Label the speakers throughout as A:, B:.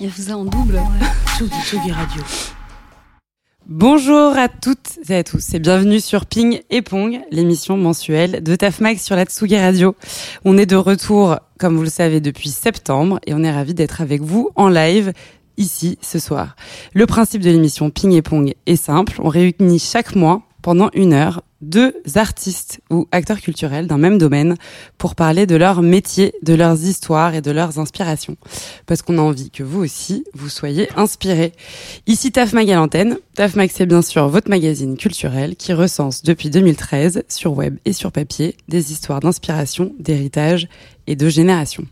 A: Il faisait en double.
B: Tsugi Radio.
C: Bonjour à toutes et à tous et bienvenue sur Ping et Pong, l'émission mensuelle de Tafmag sur la Tsugi Radio. On est de retour, comme vous le savez, depuis septembre et on est ravis d'être avec vous en live ici ce soir. Le principe de l'émission Ping et Pong est simple, on réunit chaque mois pendant 1 heure 2 artistes ou acteurs culturels d'un même domaine pour parler de leur métier, de leurs histoires et de leurs inspirations. Parce qu'on a envie que vous aussi, vous soyez inspirés. Ici Tafmag à l'antenne. Tafmag, c'est bien sûr votre magazine culturel qui recense depuis 2013, sur web et sur papier, des histoires d'inspiration, d'héritage et de génération.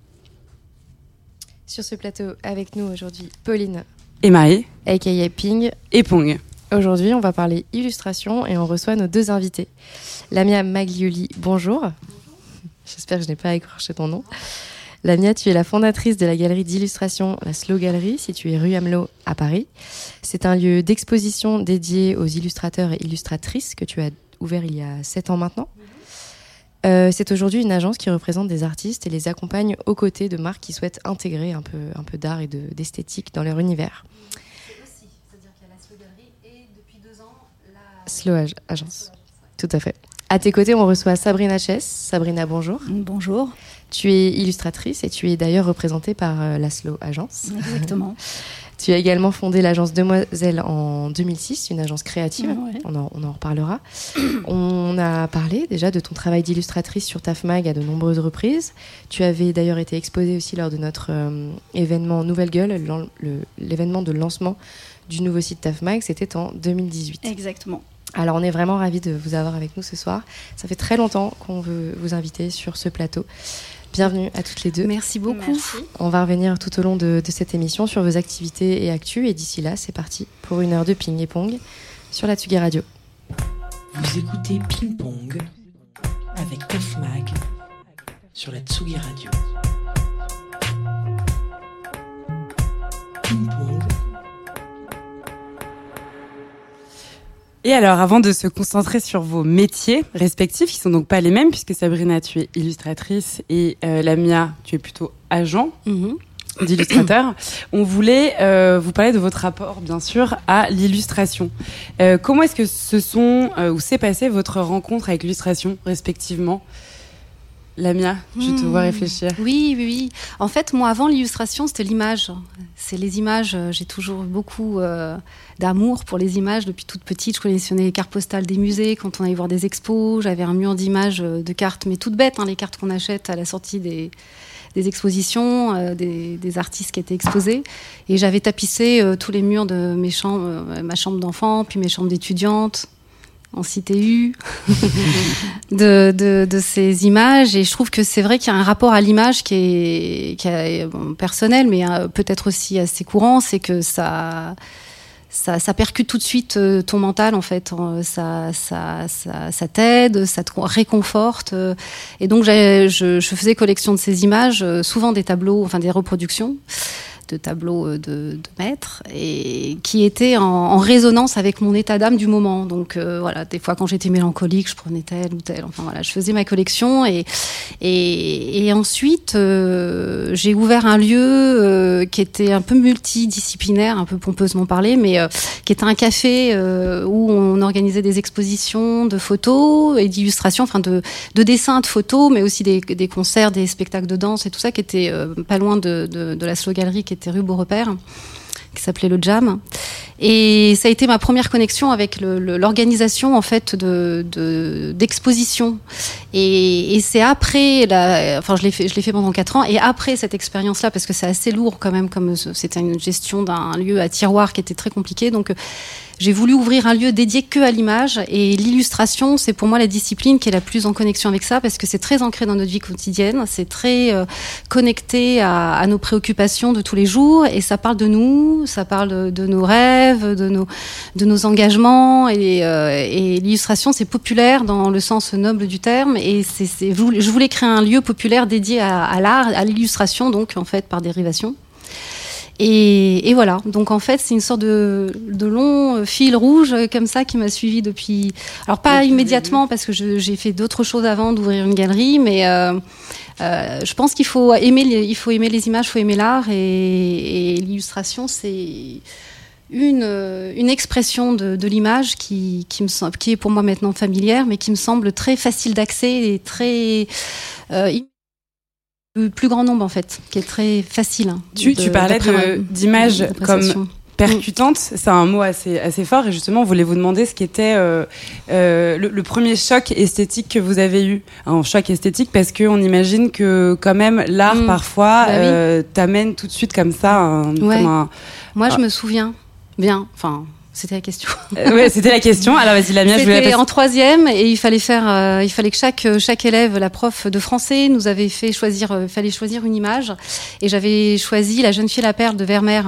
D: Sur ce plateau, avec nous aujourd'hui, Pauline
C: et Marie,
D: aka Ping
C: et Pong.
D: Aujourd'hui, on va parler illustration et on reçoit nos 2 invités. Lamia Maglioli, bonjour. J'espère que je n'ai pas écorché ton nom. Lamia, tu es la fondatrice de la galerie d'illustration La Slow Gallery, située rue Amelot à Paris. C'est un lieu d'exposition dédié aux illustrateurs et illustratrices que tu as ouvert il y a 7 ans maintenant. C'est aujourd'hui une agence qui représente des artistes et les accompagne aux côtés de marques qui souhaitent intégrer un peu d'art et d'esthétique dans leur univers. Slow Agence, tout à fait. À tes côtés, on reçoit Sabrina Chess. Sabrina, bonjour.
A: Bonjour.
D: Tu es illustratrice et tu es d'ailleurs représentée par la Slow Agence.
A: Exactement.
D: Tu as également fondé l'agence Demoiselle en 2006, une agence créative.
A: Ouais.
D: On en reparlera. On a parlé déjà de ton travail d'illustratrice sur Tafmag à de nombreuses reprises. Tu avais d'ailleurs été exposée aussi lors de notre événement Nouvelle Gueule, l'événement de lancement du nouveau site Tafmag. C'était en 2018.
A: Exactement.
D: Alors, on est vraiment ravis de vous avoir avec nous ce soir. Ça fait très longtemps qu'on veut vous inviter sur ce plateau. Bienvenue à toutes les deux.
A: Merci beaucoup.
D: Merci. On va revenir tout au long de cette émission sur vos activités et actus. Et d'ici là, c'est parti pour 1 heure de ping et pong sur la Tsugi Radio.
B: Vous écoutez Ping Pong avec Tafmag sur la Tsugi Radio. Ping Pong.
C: Et alors, avant de se concentrer sur vos métiers respectifs, qui sont donc pas les mêmes, puisque Sabrina, tu es illustratrice et Lamia, tu es plutôt agent d'illustrateur, on voulait vous parler de votre rapport, bien sûr, à l'illustration. Comment est-ce que ou s'est passée votre rencontre avec l'illustration, respectivement ? Lamia, je te vois réfléchir.
A: Oui. En fait, moi, avant l'illustration, c'était l'image. C'est les images. J'ai toujours eu beaucoup d'amour pour les images depuis toute petite. Je collectionnais les cartes postales des musées quand on allait voir des expos. J'avais un mur d'images de cartes, mais toutes bêtes, les cartes qu'on achète à la sortie des expositions, des artistes qui étaient exposés. Et j'avais tapissé tous les murs de ma chambre d'enfant, puis mes chambres d'étudiante, en CTU, de ces images. Et je trouve que c'est vrai qu'il y a un rapport à l'image qui est personnel, mais peut-être aussi assez courant. C'est que ça percute tout de suite ton mental, en fait. Ça t'aide, ça te réconforte. Et donc, je faisais collection de ces images, souvent des tableaux, enfin des reproductions de tableaux de maîtres, et qui étaient en résonance avec mon état d'âme du moment. Donc voilà, des fois quand j'étais mélancolique, je prenais tel ou tel. Enfin voilà, je faisais ma collection et ensuite j'ai ouvert un lieu qui était un peu multidisciplinaire, un peu pompeusement parlé, mais qui était un café où on organisait des expositions de photos et d'illustrations, enfin de dessins, de photos, mais aussi des concerts, des spectacles de danse et tout ça, qui était pas loin de la Slow Gallery, qui était rue Beaurepaire, qui s'appelait le Jam. Et ça a été ma première connexion avec l'organisation, en fait, d'expositions. Et c'est après je l'ai fait pendant 4 ans, et après cette expérience-là, parce que c'est assez lourd quand même, comme c'était une gestion d'un lieu à tiroir qui était très compliqué, donc j'ai voulu ouvrir un lieu dédié que à l'image, et l'illustration, c'est pour moi la discipline qui est la plus en connexion avec ça, parce que c'est très ancré dans notre vie quotidienne, c'est très connecté à nos préoccupations de tous les jours, et ça parle de nous, ça parle de nos rêves, de nos engagements, et l'illustration, c'est populaire dans le sens noble du terme, et je voulais créer un lieu populaire dédié à l'art, à l'illustration, donc en fait par dérivation. Et voilà. Donc en fait, c'est une sorte de long fil rouge comme ça qui m'a suivi depuis. Alors pas immédiatement parce que j'ai fait d'autres choses avant d'ouvrir une galerie, mais je pense qu'il faut aimer les images, il faut aimer l'art et l'illustration, c'est une expression de l'image qui est pour moi maintenant familière, mais qui me semble très facile d'accès et très le plus grand nombre en fait, qui est très facile.
C: Tu parlais d'images comme percutante, c'est un mot assez fort, et justement on voulait vous demander ce qu'était le premier choc esthétique que vous avez eu. Un choc esthétique parce qu'on imagine que quand même l'art parfois t'amène tout de suite comme ça
A: Moi je me souviens bien, enfin c'était la question.
C: Ouais, c'était la question. Alors vas-y Lamia, je voulais
A: C'était en troisième et il fallait que chaque élève, la prof de français, nous avait fait fallait choisir une image, et j'avais choisi La jeune fille et la perle de Vermeer.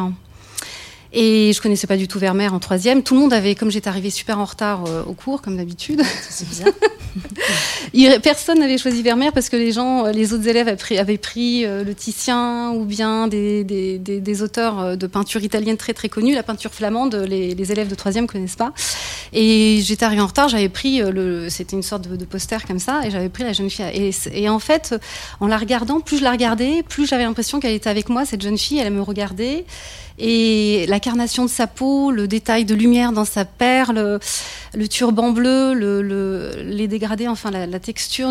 A: Et je connaissais pas du tout Vermeer en troisième. Tout le monde avait, comme j'étais arrivée super en retard au cours, comme d'habitude. C'est bizarre. Personne n'avait choisi Vermeer parce que les autres élèves avaient pris le Titien ou bien des auteurs de peinture italienne très très connus. La peinture flamande, les élèves de troisième connaissent pas. Et j'étais arrivée en retard. J'avais pris c'était une sorte de poster comme ça, et j'avais pris La jeune fille. Et en fait, en la regardant, plus je la regardais, plus j'avais l'impression qu'elle était avec moi. Cette jeune fille, elle me regardait. Et la carnation de sa peau, le détail de lumière dans sa perle, le turban bleu, les dégradés, enfin la texture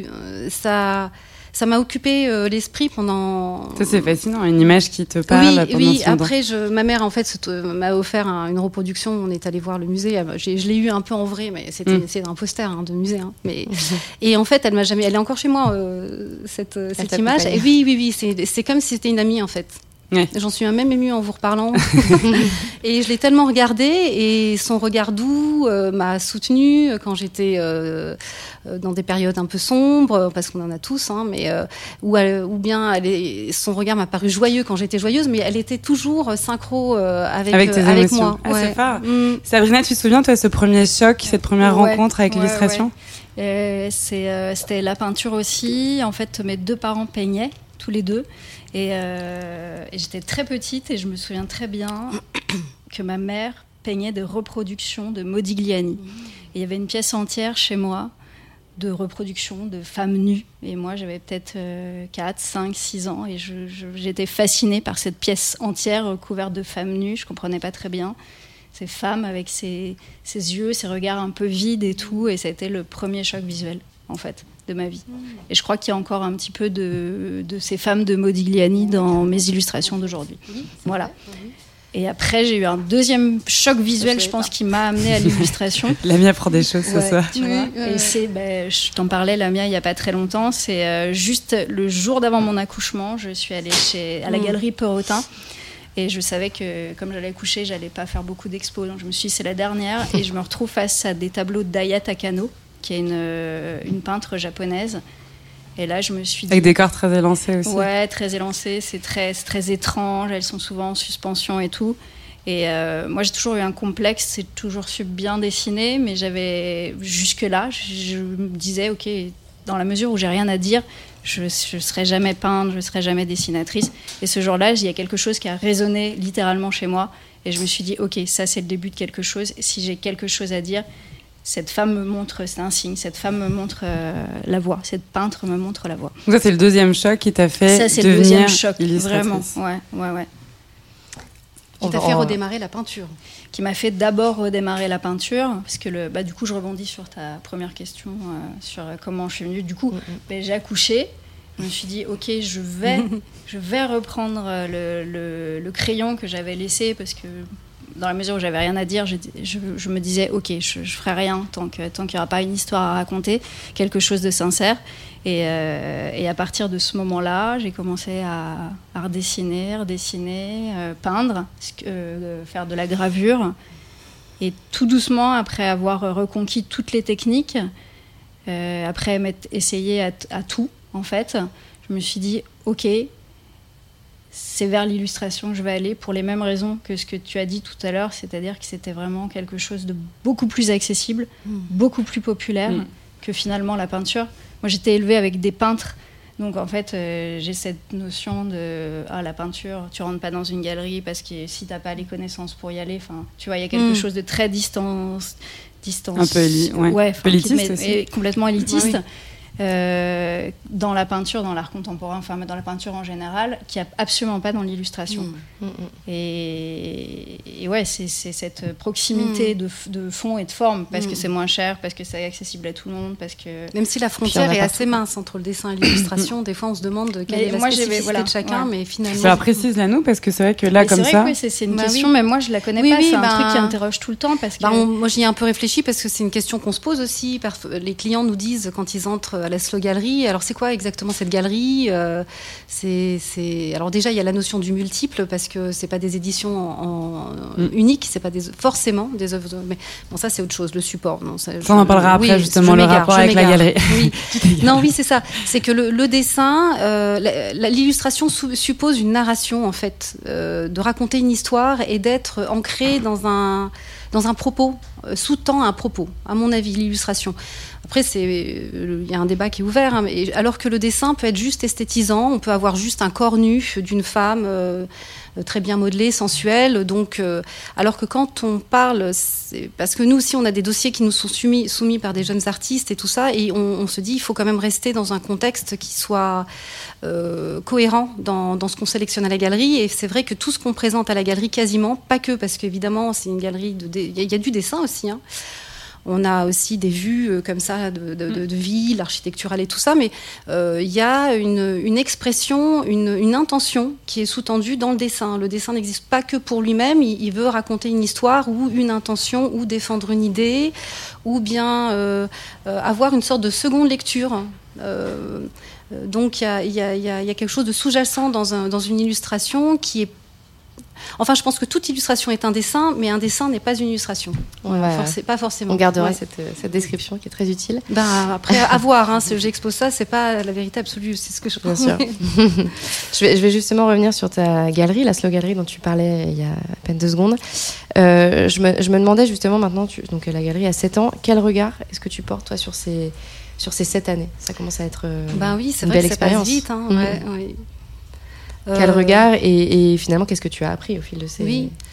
A: ça m'a occupé l'esprit pendant.
C: Ça c'est fascinant, une image qui te parle.
A: Oui. Après, ma mère en fait m'a offert une reproduction. On est allé voir le musée. Je l'ai eu un peu en vrai, mais c'est un poster de musée. Mais et en fait, elle est encore chez moi cette image. Et oui, c'est comme si c'était une amie en fait.
C: Ouais.
A: J'en suis même émue en vous reparlant. Et je l'ai tellement regardée, et son regard doux m'a soutenue quand j'étais dans des périodes un peu sombres, parce qu'on en a tous, mais ou bien son regard m'a paru joyeux quand j'étais joyeuse, mais elle était toujours synchro avec moi.
C: Ah, ouais. C'est fort. Sabrina, tu te souviens toi ce premier choc, cette première rencontre avec l'illustration?
E: C'était la peinture aussi. En fait, mes deux parents peignaient tous les deux. Et j'étais très petite, et je me souviens très bien que ma mère peignait des reproductions de Modigliani. Et il y avait une pièce entière chez moi de reproductions de femmes nues. Et moi, j'avais peut-être 4, 5, 6 ans, et j'étais fascinée par cette pièce entière recouverte de femmes nues. Je ne comprenais pas très bien. Ces femmes avec ces yeux, ces regards un peu vides et tout. Et ça a été le premier choc visuel, en fait, de ma vie. Et je crois qu'il y a encore un petit peu de ces femmes de Modigliani dans mes illustrations d'aujourd'hui. Voilà. Et après, j'ai eu un deuxième choc visuel, je pense, qui m'a amenée à l'illustration.
C: Lamia prend des choses ce soir.
E: Tu vois. Et je t'en parlais, Lamia, il n'y a pas très longtemps. C'est juste le jour d'avant mon accouchement, je suis allée à la galerie Perrotin. Et je savais que, comme j'allais coucher, j'allais pas faire beaucoup d'expos. Donc je me suis dit, c'est la dernière. Et je me retrouve face à des tableaux d'Aya Takano, qui est une peintre japonaise. Et là, je me suis dit...
C: Avec des corps très élancés aussi.
E: Ouais, très élancés. C'est très étrange. Elles sont souvent en suspension et tout. Et moi, j'ai toujours eu un complexe. J'ai toujours su bien dessiner. Mais jusque-là, je me disais, OK, dans la mesure où j'ai rien à dire, je ne serai jamais peintre, je ne serai jamais dessinatrice. Et ce jour-là, il y a quelque chose qui a résonné littéralement chez moi. Et je me suis dit, OK, ça, c'est le début de quelque chose. Et si j'ai quelque chose à dire... Cette femme me montre, c'est un signe, cette femme me montre la voie, cette peintre me montre la voie.
C: Donc ça, c'est le deuxième choc qui t'a fait
E: ça, c'est
C: devenir
E: le deuxième choc,
C: illustratrice.
E: Vraiment, ouais.
A: Qui t'a fait redémarrer la peinture.
E: Qui m'a fait d'abord redémarrer la peinture, parce que du coup, je rebondis sur ta première question, sur comment je suis venue. Du coup, j'ai accouché, je me suis dit, OK, je vais reprendre le crayon que j'avais laissé, parce que... Dans la mesure où j'avais rien à dire, je me disais, OK, je ferai rien tant qu'il n'y aura pas une histoire à raconter, quelque chose de sincère. Et à partir de ce moment-là, j'ai commencé à redessiner, peindre, faire de la gravure. Et tout doucement, après avoir reconquis toutes les techniques, après m'être essayé à tout, en fait, je me suis dit, OK, c'est vers l'illustration que je vais aller pour les mêmes raisons que ce que tu as dit tout à l'heure, c'est-à-dire que c'était vraiment quelque chose de beaucoup plus accessible, beaucoup plus populaire que finalement la peinture. Moi, j'étais élevée avec des peintres Donc en fait, j'ai cette notion de la peinture, tu rentres pas dans une galerie parce que si t'as pas les connaissances pour y aller, enfin, tu vois, il y a quelque chose de très distance,
C: un peu élitiste aussi.
E: Complètement élitiste. Oui. Dans la peinture, dans l'art contemporain, enfin dans la peinture en général, qui n'y a absolument pas dans l'illustration. Et ouais, c'est cette proximité de fond et de forme, parce que c'est moins cher, parce que c'est accessible à tout le monde, parce que...
A: Même si la frontière est assez mince entre le dessin et l'illustration, des fois on se demande quelle est la spécificité de chacun, mais finalement...
C: Alors précise-la nous, parce que c'est vrai que là, comme ça...
E: C'est une question, même moi je la connais pas, c'est un truc qui interroge tout le temps, parce que...
A: moi j'y ai un peu réfléchi, parce que c'est une question qu'on se pose aussi. Les clients nous disent, quand ils entrent à la Slow Gallery, alors c'est quoi exactement cette galerie ? Alors déjà il y a la notion du multiple, parce que c'est pas des éditions uniques, c'est pas forcément des œuvres, mais bon, ça c'est autre chose, le support. Non, ça,
C: on en parlera après, justement, le rapport avec la galerie.
A: Oui. Non, oui, c'est ça. C'est que le dessin, l'illustration suppose une narration, en fait, de raconter une histoire et d'être ancré dans un propos, sous-tend un propos, à mon avis, l'illustration. Après, il y a un débat qui est ouvert, hein, alors que le dessin peut être juste esthétisant, on peut avoir juste un corps nu d'une femme très bien modelée, sensuelle. Donc, alors que quand on parle, parce que nous aussi, on a des dossiers qui nous sont soumis par des jeunes artistes et tout ça, et on se dit, il faut quand même rester dans un contexte qui soit cohérent dans ce qu'on sélectionne à la galerie. Et c'est vrai que tout ce qu'on présente à la galerie, quasiment, pas que, parce qu'évidemment, c'est une galerie il y a du dessin aussi, hein. On a aussi des vues comme ça de ville, architecturale et tout ça, mais il y a une expression, une intention qui est sous-tendue dans le dessin. Le dessin n'existe pas que pour lui-même, il veut raconter une histoire ou une intention ou défendre une idée ou bien avoir une sorte de seconde lecture. Donc il y a quelque chose de sous-jacent dans une illustration qui est... Enfin, je pense que toute illustration est un dessin, mais un dessin n'est pas une illustration. Pas forcément.
D: On gardera cette description qui est très utile.
A: Après, à voir. Hein, j'expose ça, c'est pas la vérité absolue. C'est ce que je pense.
D: Bien sûr. je vais justement revenir sur ta galerie, la Slow Gallery dont tu parlais il y a à peine 2 secondes. Je me demandais justement maintenant, donc la galerie a 7 ans, quel regard est-ce que tu portes toi sur ces 7 années ? Ça commence à être
A: oui, c'est
D: une
A: vrai
D: belle
A: que
D: expérience.
A: Ça passe vite. Hein, oui.
D: Quel regard et finalement qu'est-ce que tu as appris au fil de ces années ?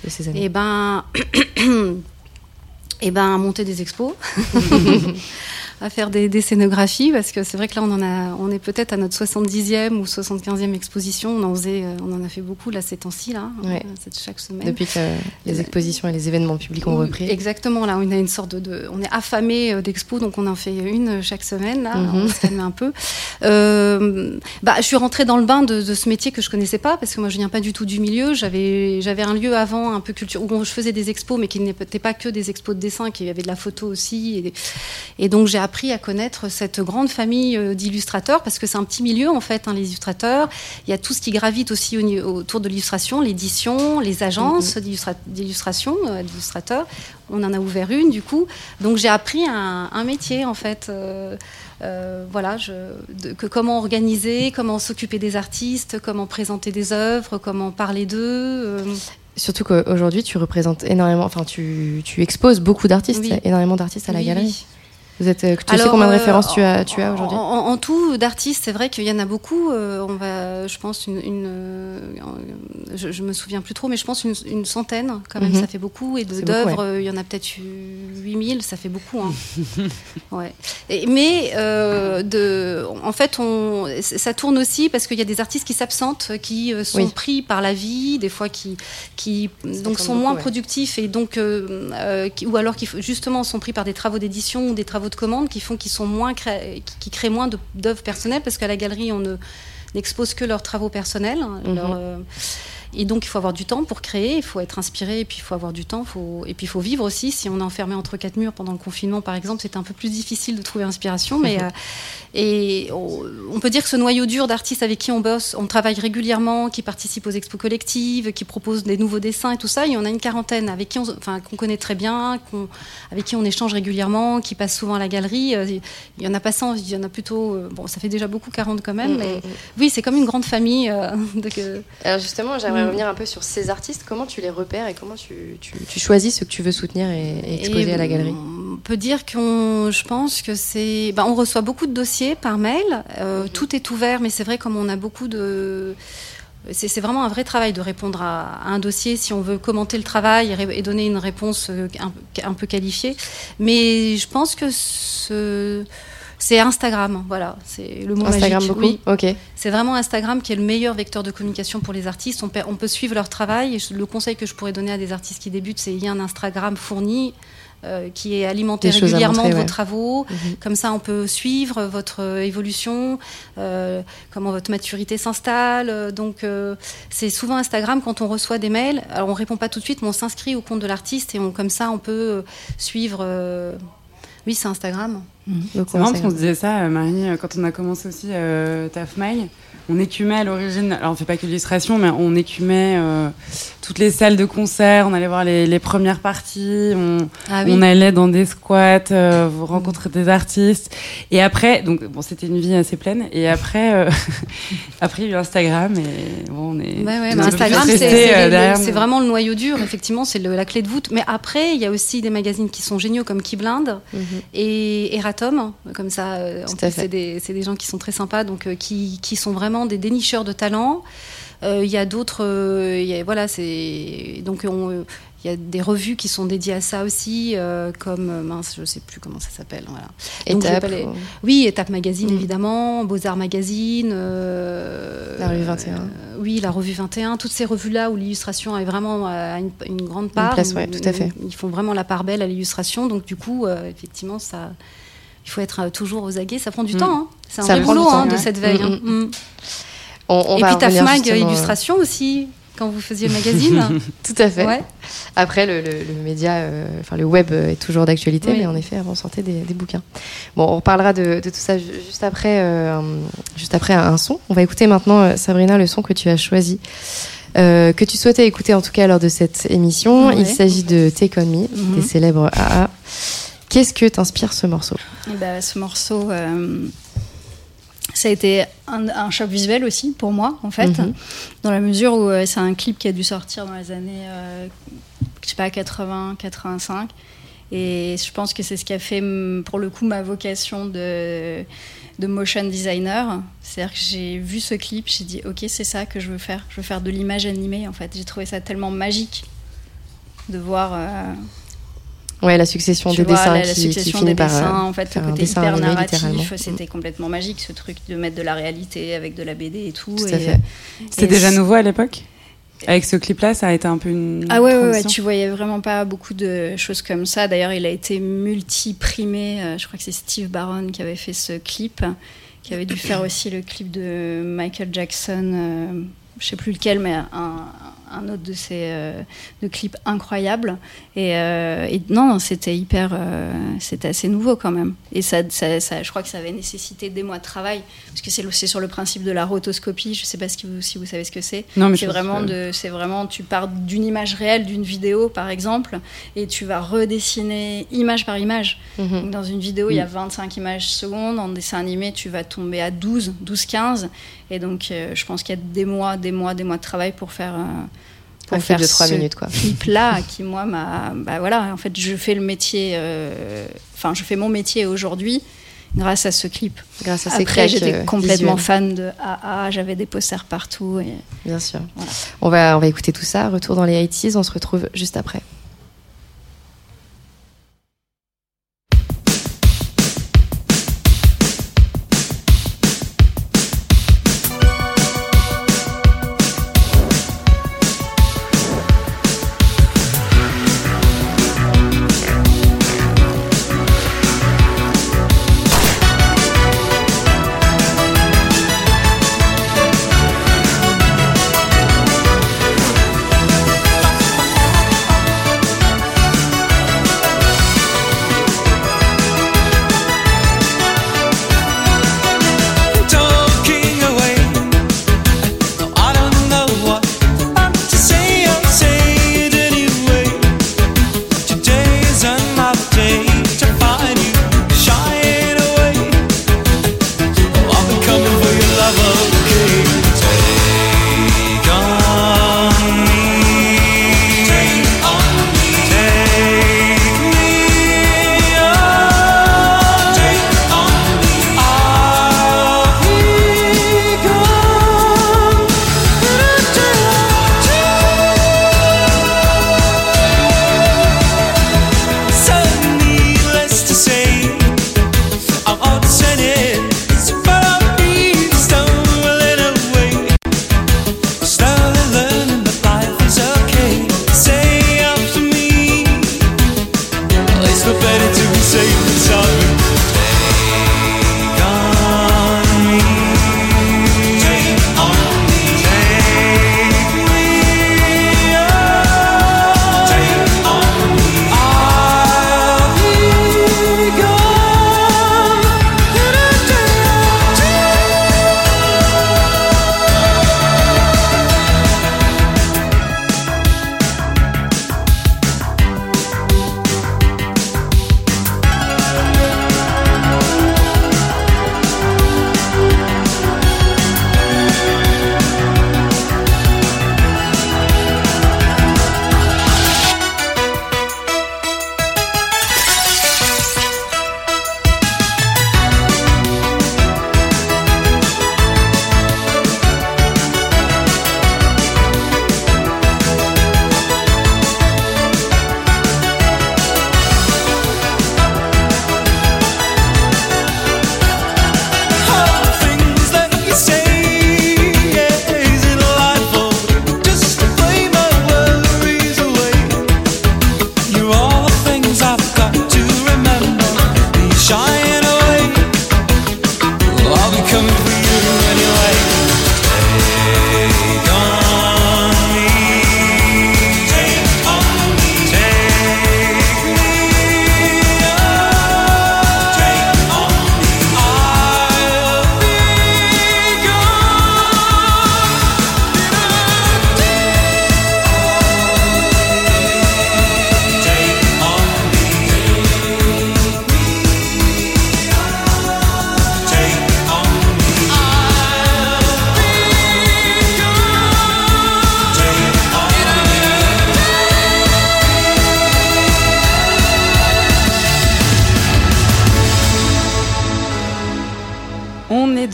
A: À monter des expos, à faire des scénographies, parce que c'est vrai que là on est peut-être à notre 70e ou 75e exposition. On en a fait beaucoup là ces temps-ci là, chaque semaine.
D: Depuis que les expositions et les événements publics ont repris.
A: Exactement, là on a une sorte on est affamé d'expos, donc on en fait une chaque semaine là, on se calme un peu. Je suis rentrée dans le bain de ce métier que je connaissais pas, parce que moi je viens pas du tout du milieu. J'avais un lieu avant un peu culture où je faisais des expos, mais qui n'étaient pas que des expos de dessin, qu'il y avait de la photo aussi, et donc j'ai appris à connaître cette grande famille d'illustrateurs, parce que c'est un petit milieu en fait, hein, les illustrateurs. Il y a tout ce qui gravite aussi autour de l'illustration, l'édition, les agences d'illustration, d'illustrateurs. On en a ouvert une du coup, donc j'ai appris un métier en fait. Comment organiser, comment s'occuper des artistes, comment présenter des œuvres, comment parler d'eux.
D: Surtout qu'aujourd'hui, tu représentes énormément, enfin, tu exposes beaucoup d'artistes, il y a énormément d'artistes à la galerie.
A: Oui.
D: Tu sais combien de références tu as aujourd'hui ?
A: En tout, d'artistes, c'est vrai qu'il y en a beaucoup. Je pense je me souviens plus trop, mais je pense une centaine quand même, ça fait beaucoup. Et d'œuvres, il y en a peut-être 8000, ça fait beaucoup. Hein. Ouais. En fait, ça tourne aussi parce qu'il y a des artistes qui s'absentent, qui sont pris par la vie, des fois qui donc sont moins productifs et donc ou alors qui justement sont pris par des travaux d'édition ou des travaux de commande qui font qu'ils sont qui créent moins d'œuvres personnelles, parce qu'à la galerie on n'expose que leurs travaux personnels, et donc il faut avoir du temps pour créer, il faut être inspiré, et puis il faut avoir du temps, et puis il faut vivre aussi. Si on est enfermé entre 4 murs pendant le confinement par exemple, c'était un peu plus difficile de trouver inspiration, mais et on peut dire que ce noyau dur d'artistes avec qui on bosse, on travaille régulièrement, qui participent aux expos collectives, qui proposent des nouveaux dessins et tout ça, il y en a une quarantaine avec qui qu'on connaît très bien, avec qui on échange régulièrement, qui passent souvent à la galerie. Il y en a pas 100, il y en a plutôt ça fait déjà beaucoup, 40 quand même, mais oui, c'est comme une grande famille.
D: Alors justement, j'aimerais j'aimerais revenir un peu sur ces artistes. Comment tu les repères et comment tu choisis ceux que tu veux soutenir et exposer à la galerie?
A: On peut dire je pense que c'est... on reçoit beaucoup de dossiers par mail. Tout est ouvert, mais c'est vrai, comme on a beaucoup de... C'est vraiment un vrai travail de répondre à un dossier si on veut commenter le travail et donner une réponse un peu qualifiée. Mais je pense que c'est Instagram, voilà, c'est le mot
D: Instagram
A: magique.
D: Beaucoup.
A: Oui.
D: Ok.
A: C'est vraiment Instagram qui est le meilleur vecteur de communication pour les artistes. On peut suivre leur travail. Et le conseil que je pourrais donner à des artistes qui débutent, c'est qu'il y a un Instagram fourni qui est alimenté régulièrement de vos travaux. Comme ça, on peut suivre votre évolution, comment votre maturité s'installe. Donc, c'est souvent Instagram quand on reçoit des mails. Alors, on répond pas tout de suite, mais on s'inscrit au compte de l'artiste et comme ça, on peut suivre. Oui, c'est Instagram.
C: C'est marrant parce qu'on se disait ça, Marie, quand on a commencé aussi TAFMAG. On écumait à l'origine, alors on fait pas que l'illustration, mais on écumait toutes les salles de concert, on allait voir les premières parties, on allait dans des squats, rencontrer des artistes. Et après, donc bon, c'était une vie assez pleine. Et après, après il y a eu Instagram et bon, on est.
A: Instagram, c'est vraiment le noyau dur. Effectivement, c'est la clé de voûte. Mais après, il y a aussi des magazines qui sont géniaux comme Keyblind et Eratom, comme ça. En fait, c'est des gens qui sont très sympas, donc qui sont vraiment des dénicheurs de talent. Il y a d'autres, donc il y a des revues qui sont dédiées à ça aussi, comme je sais plus comment ça s'appelle. Voilà.
D: Étape.
A: Oui, Étape Magazine évidemment, Beaux-Arts Magazine.
D: La revue 21.
A: Oui, la revue 21. Toutes ces revues-là où l'illustration est vraiment une grande part.
D: Une place, tout à fait.
A: Ils font vraiment la part belle à l'illustration, donc du coup, effectivement, ça. Il faut être toujours aux aguets, ça prend du temps. Hein. C'est un vrai boulot de cette veille. Et puis TAFMAG Illustration aussi, quand vous faisiez le magazine.
D: Tout à fait.
A: Ouais.
D: Après, le média, le web est toujours d'actualité, mais en effet, avant, on sortait des bouquins. Bon, on reparlera de tout ça juste après un son. On va écouter maintenant, Sabrina, le son que tu as choisi, que tu souhaitais écouter en tout cas lors de cette émission. Il s'agit de Take On Me, des célèbres AA. Qu'est-ce que t'inspire ce morceau ?
E: Ce morceau, ça a été un choc visuel aussi pour moi, en fait, dans la mesure où c'est un clip qui a dû sortir dans les années, 80, 85. Et je pense que c'est ce qui a fait, pour le coup, ma vocation de motion designer. C'est-à-dire que j'ai vu ce clip, j'ai dit, OK, c'est ça que je veux faire. Je veux faire de l'image animée, en fait. J'ai trouvé ça tellement magique de voir...
D: la succession des dessins qui finit par
E: en fait, le côté hyper narratif, c'était complètement magique, ce truc de mettre de la réalité avec de la BD et tout.
C: Tout à fait. C'était déjà nouveau à l'époque ? Avec ce clip-là, ça a été un peu une transition.
E: Tu voyais vraiment pas beaucoup de choses comme ça. D'ailleurs, il a été multi-primé. Je crois que c'est Steve Barron qui avait fait ce clip, qui avait dû faire aussi le clip de Michael Jackson, je sais plus lequel, mais un autre de ces de clips incroyables. Et non, c'était c'était assez nouveau quand même. Et ça, je crois que ça avait nécessité des mois de travail, parce que c'est sur le principe de la rotoscopie. Je sais pas si vous savez ce que c'est.
C: Non, mais
E: c'est vraiment, tu pars d'une image réelle, d'une vidéo par exemple, et tu vas redessiner image par image. Donc, dans une vidéo, il y a 25 images secondes. En dessin animé, tu vas tomber à 12-15. Et donc, je pense qu'il y a des mois de travail pour faire
D: un clip de 3 minutes, quoi.
E: Clip-là, qui, moi, en fait, je fais le métier... je fais mon métier aujourd'hui grâce à ce clip.
D: Grâce à ces
E: Après, j'étais complètement
D: visuels.
E: fan de AA, j'avais des posters partout. Et...
D: Bien sûr. Voilà. On va écouter tout ça. Retour dans les 80s, on se retrouve juste après.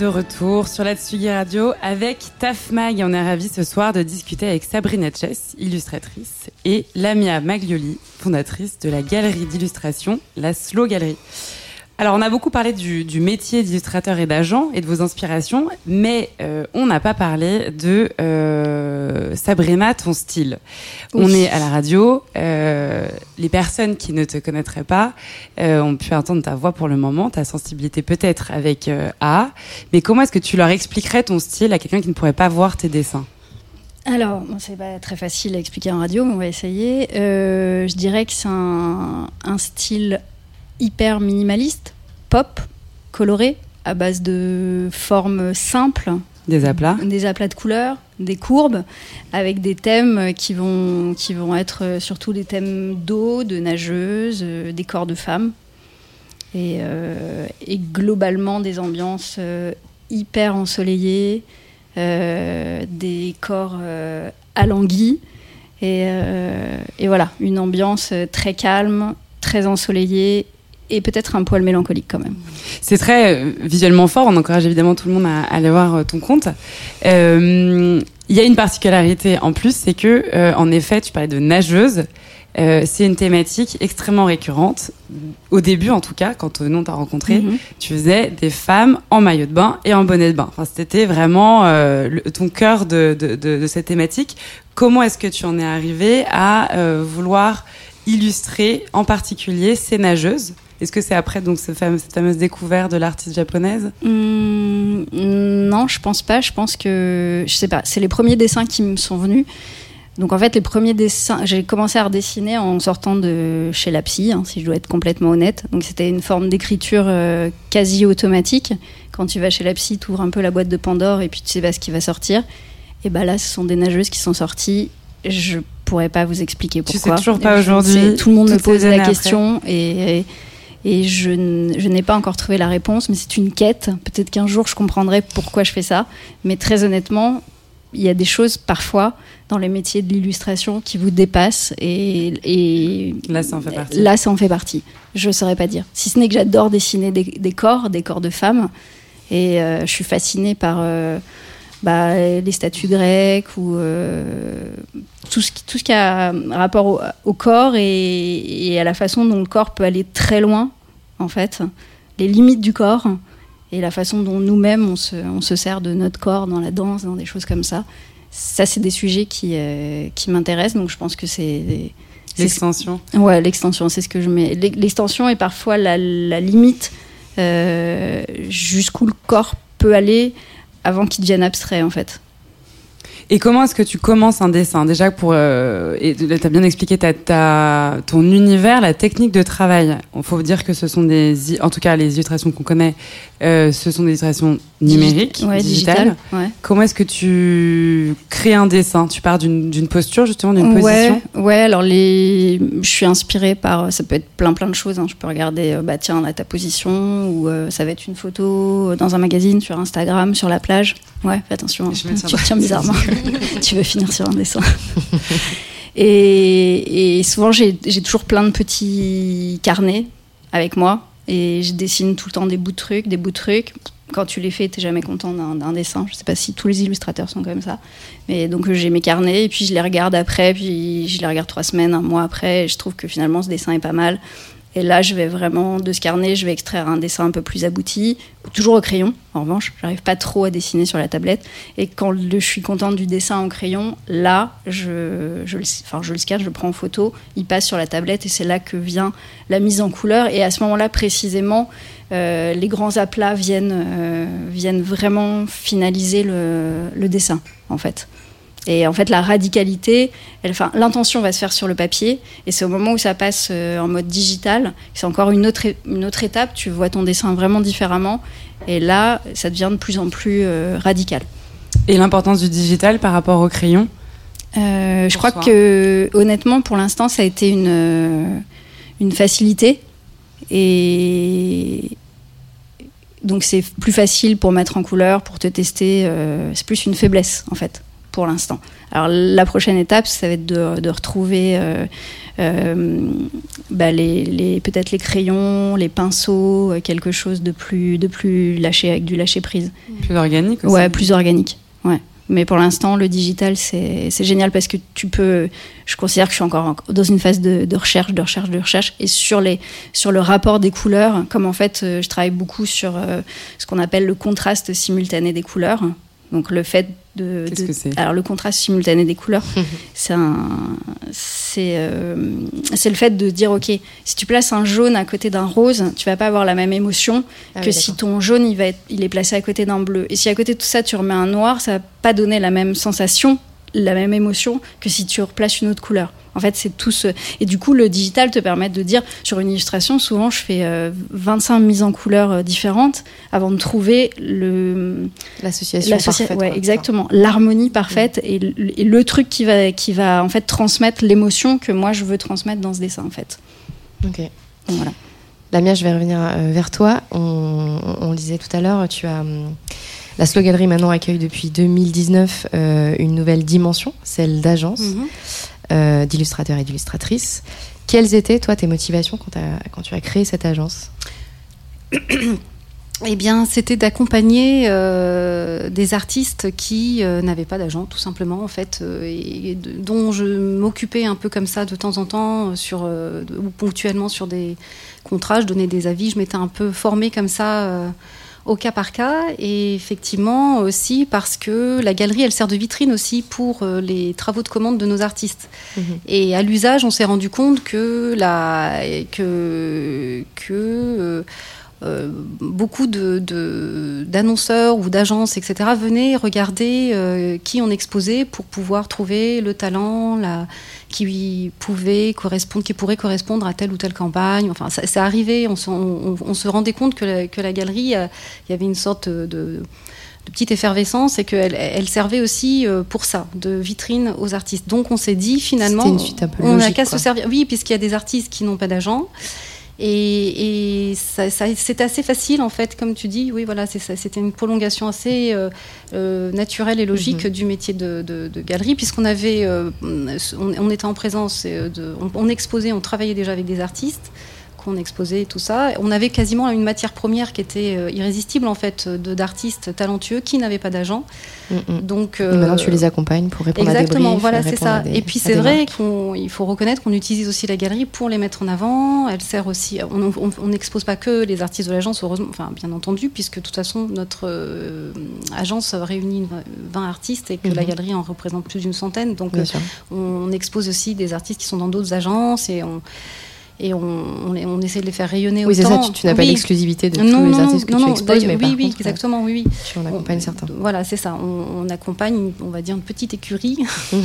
C: de retour sur la Tsugi Radio avec Taf Mag. On est ravis ce soir de discuter avec Sabrina Chess, illustratrice, et Lamia Maglioli, fondatrice de la galerie d'illustration, la Slow Gallery. Alors, on a beaucoup parlé du métier d'illustrateur et d'agent et de vos inspirations, mais on n'a pas parlé de Sabrina, ton style. Oui. On est à la radio. Les personnes qui ne te connaîtraient pas ont pu entendre ta voix pour le moment, ta sensibilité peut-être avec A. Mais comment est-ce que tu leur expliquerais ton style à quelqu'un qui ne pourrait pas voir tes dessins ?
E: Alors, c'est pas très facile à expliquer en radio, mais on va essayer. Je dirais que c'est un style hyper minimaliste, pop, coloré, à base de formes simples.
C: Des aplats
E: de couleurs, des courbes, avec des thèmes qui vont être surtout des thèmes d'eau, de nageuses, des corps de femmes. Et globalement, des ambiances hyper ensoleillées, des corps alanguis. Et voilà, une ambiance très calme, très ensoleillée, et peut-être un poil mélancolique quand même.
C: C'est très visuellement fort, on encourage évidemment tout le monde à aller voir ton compte. Il y a une particularité en plus, c'est que, en effet, tu parlais de nageuse, c'est une thématique extrêmement récurrente. Au début, en tout cas, quand nous on t'a rencontré, tu faisais des femmes en maillot de bain et en bonnet de bain. Enfin, c'était vraiment ton cœur de cette thématique. Comment est-ce que tu en es arrivé à vouloir illustrer en particulier ces nageuses ? Est-ce que c'est après donc cette fameuse découverte de l'artiste japonaise ?
E: Non, je pense pas. Je pense que, je sais pas, c'est les premiers dessins qui me sont venus. Donc en fait, les premiers dessins, j'ai commencé à redessiner en sortant de chez la psy, si je dois être complètement honnête. Donc c'était une forme d'écriture quasi automatique. Quand tu vas chez la psy, tu ouvres un peu la boîte de Pandore et puis tu sais pas ce qui va sortir. Et bah là, ce sont des nageuses qui sont sorties. Je pourrais pas vous expliquer pourquoi.
C: Tu sais toujours pas aujourd'hui.
E: Tout le monde me pose la question et je n'ai pas encore trouvé la réponse, mais c'est une quête. Peut-être qu'un jour, je comprendrai pourquoi je fais ça. Mais très honnêtement, il y a des choses, parfois, dans les métiers de l'illustration qui vous dépassent. Et
C: là, ça en fait partie.
E: Là, ça en fait partie. Je ne saurais pas dire. Si ce n'est que j'adore dessiner des corps de femmes. Et je suis fascinée par les statues grecques ou tout ce qui a rapport au corps et à la façon dont le corps peut aller très loin, en fait. Les limites du corps et la façon dont nous-mêmes on se sert de notre corps dans la danse, dans des choses comme ça. Ça, c'est des sujets qui m'intéressent, donc je pense que c'est
C: l'extension.
E: Ouais, l'extension, c'est ce que je mets. L'extension est parfois la limite jusqu'où le corps peut aller avant qu'il devienne abstrait, en fait.
C: Et comment est-ce que tu commences un dessin ? Déjà, et tu as bien expliqué ton univers, la technique de travail. Il faut dire que ce sont en tout cas, les illustrations qu'on connaît, ce sont des illustrations numériques, digitales.
E: Ouais.
C: Comment est-ce que tu crées un dessin ? Tu pars d'une posture, justement, d'une position ?
E: Ouais, alors je suis inspirée par, ça peut être plein de choses. Je peux regarder, tiens, là, ta position, ou ça va être une photo dans un magazine, sur Instagram, sur la plage. Ouais, fais attention, tu te tiens bizarrement. Tu veux finir sur un dessin. Et souvent, j'ai toujours plein de petits carnets avec moi. Et je dessine tout le temps des bouts de trucs. Quand tu les fais, t'es jamais content d'un dessin. Je sais pas si tous les illustrateurs sont comme ça. Mais donc, j'ai mes carnets, et puis je les regarde après, puis je les regarde 3 semaines, 1 mois après, et je trouve que finalement, ce dessin est pas mal. Et là, je vais vraiment, de ce carnet, je vais extraire un dessin un peu plus abouti, toujours au crayon. En revanche, j'arrive pas trop à dessiner sur la tablette. Et quand je suis contente du dessin en crayon, là, je le scanne, je le prends en photo, il passe sur la tablette, et c'est là que vient la mise en couleur. Et à ce moment-là, précisément, les grands aplats viennent vraiment finaliser le dessin, en fait. Et en fait, la radicalité, l'intention va se faire sur le papier, et c'est au moment où ça passe en mode digital, c'est encore une autre étape, tu vois ton dessin vraiment différemment, et là, ça devient de plus en plus radical.
C: Et l'importance du digital par rapport au crayon ?
E: Je crois que, honnêtement, pour l'instant, ça a été une facilité, et donc c'est plus facile pour mettre en couleur, pour te tester, c'est plus une faiblesse, en fait. pour l'instant. Alors la prochaine étape, ça va être de retrouver peut-être les crayons, les pinceaux, quelque chose de plus lâché, avec du lâcher prise.
C: Plus organique aussi.
E: Ouais, plus organique. Ouais. Mais pour l'instant, le digital, c'est génial parce que je considère que je suis encore dans une phase de recherche. Et sur le rapport des couleurs, comme en fait, je travaille beaucoup sur ce qu'on appelle le contraste simultané des couleurs. Donc le fait
C: Qu'est-ce que c'est ?
E: Alors le contraste simultané des couleurs, c'est le fait de dire ok, si tu places un jaune à côté d'un rose, tu vas pas avoir la même émotion que si ton jaune il est placé à côté d'un bleu. Et si à côté de tout ça tu remets un noir, ça va pas donner la même sensation, la même émotion que si tu replaces une autre couleur. En fait, c'est tout ce... Et du coup, le digital te permet de dire, sur une illustration, souvent, je fais 25 mises en couleurs différentes avant de trouver
D: l'association parfaite.
E: Ouais, exactement. L'harmonie parfaite et le truc qui va en fait transmettre l'émotion que moi, je veux transmettre dans ce dessin, en fait.
D: Ok.
E: Donc, voilà.
D: Lamia, je vais revenir vers toi. On le disait tout à l'heure, tu as... La Slow Gallery maintenant accueille depuis 2019 une nouvelle dimension, celle d'agence. D'illustrateurs et d'illustratrices. Quelles étaient, toi, tes motivations quand tu as créé cette agence ?
A: Eh bien, c'était d'accompagner des artistes qui n'avaient pas d'agent, tout simplement, en fait, dont je m'occupais un peu comme ça de temps en temps, ou ponctuellement sur des contrats. Je donnais des avis, je m'étais un peu formée comme ça... au cas par cas, et effectivement aussi parce que la galerie, elle sert de vitrine aussi pour les travaux de commande de nos artistes. Et à l'usage, on s'est rendu compte que beaucoup d'annonceurs ou d'agences, etc., venaient regarder qui on exposait pour pouvoir trouver le talent qui pourrait correspondre à telle ou telle campagne. Enfin, c'est arrivé, on se rendait compte que la galerie, il y avait une sorte de petite effervescence et qu'elle servait aussi pour ça, de vitrine aux artistes. Donc on s'est dit finalement,
D: c'était une suite un peu
A: on
D: logique,
A: n'a qu'à se servir. Oui, puisqu'il y a des artistes qui n'ont pas d'agent. Et ça, c'était assez facile en fait, comme tu dis. Oui, voilà, c'était une prolongation assez naturelle et logique du métier de galerie, puisqu'on avait, on était en présence, on exposait, on travaillait déjà avec des artistes qu'on exposait et tout ça. On avait quasiment une matière première qui était irrésistible en fait, d'artistes talentueux qui n'avaient pas d'agent. Donc
D: maintenant tu les accompagnes pour répondre à des briefs.
A: Exactement, voilà, c'est ça. Et puis c'est vrai qu'il faut reconnaître qu'on utilise aussi la galerie pour les mettre en avant. Elle sert aussi. On n'expose pas que les artistes de l'agence, heureusement, enfin bien entendu, puisque de toute façon notre agence réunit 20 artistes et que la galerie en représente plus d'une centaine. Donc on expose aussi des artistes qui sont dans d'autres agences et on essaie de les faire rayonner autant.
D: Oui, c'est ça, tu n'as pas l'exclusivité de tous les artistes que tu exposes, mais par contre,
A: exactement, oui.
D: Tu en accompagnes certains.
A: Voilà, c'est ça. On accompagne, on va dire, une petite écurie,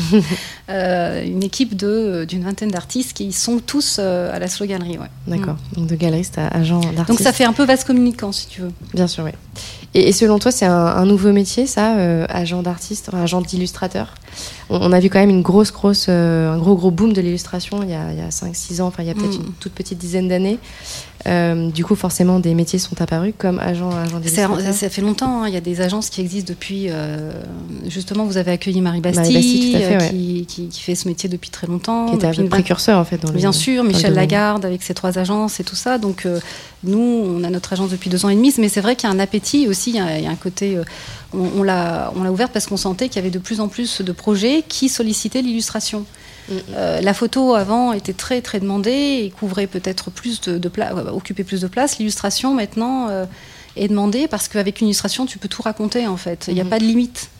A: une équipe d'une vingtaine d'artistes qui sont tous à la Slow Gallery. Ouais.
D: D'accord, donc de galeristes à agents d'artistes.
A: Donc ça fait un peu vase communicant, si tu veux.
D: Bien sûr, oui. Et selon toi, c'est un nouveau métier, ça, agent d'artiste, agent d'illustrateur. On a vu quand même un gros boom de l'illustration il y a 5-6 ans, enfin il y a peut-être une toute petite dizaine d'années. Du coup, forcément, des métiers sont apparus comme agent d'illustrateur.
A: Ça fait longtemps, hein. Il y a des agences qui existent depuis... justement, vous avez accueilli Marie Bastille,
D: tout à fait,
A: qui fait ce métier depuis très longtemps.
D: Qui était un précurseur, en fait.
A: Bien sûr, Michel Lagarde, avec ses 3 agences et tout ça. Donc, nous, on a notre agence depuis 2 ans et demi. Mais c'est vrai qu'il y a un appétit aussi. Il y a un côté... On l'a ouverte parce qu'on sentait qu'il y avait de plus en plus de projets qui sollicitaient l'illustration. La photo avant était très très demandée et couvrait peut-être plus de place, occupait plus de place. L'illustration maintenant est demandée parce qu'avec une illustration tu peux tout raconter en fait. Il n'y a pas de limite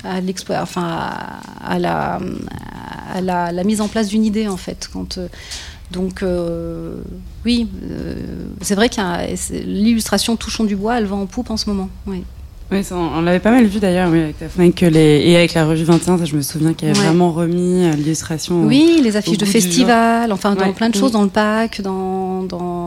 A: à la mise en place d'une idée en fait. Donc oui, c'est vrai que l'illustration touchons du bois, elle va en poupe en ce moment. Oui.
C: Oui, on l'avait pas mal vu d'ailleurs, oui, avec TAFMAG et avec la revue 21, ça, je me souviens qu'il y avait vraiment remis l'illustration.
A: Oui, les affiches de festival, enfin dans plein de choses, dans le pack, dans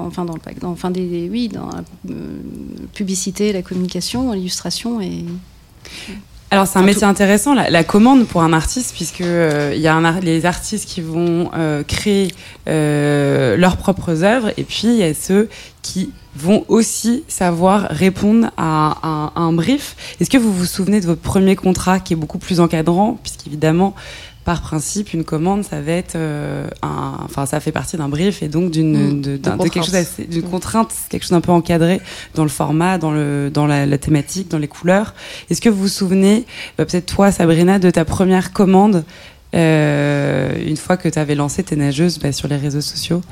A: la publicité, la communication, l'illustration et.
C: Alors c'est un métier intéressant, la commande pour un artiste, puisque il y a les artistes qui vont créer leurs propres œuvres, et puis il y a ceux qui vont aussi savoir répondre à un brief. Est-ce que vous vous souvenez de votre premier contrat qui est beaucoup plus encadrant, puisqu'évidemment, par principe, une commande, ça va être ça fait partie d'un brief et donc d'une quelque chose d'une contrainte, quelque chose d'un peu encadré dans le format, dans la thématique, dans les couleurs. Est-ce que vous vous souvenez, peut-être toi, Sabrina, de ta première commande une fois que tu avais lancé tes nageuses sur les réseaux sociaux?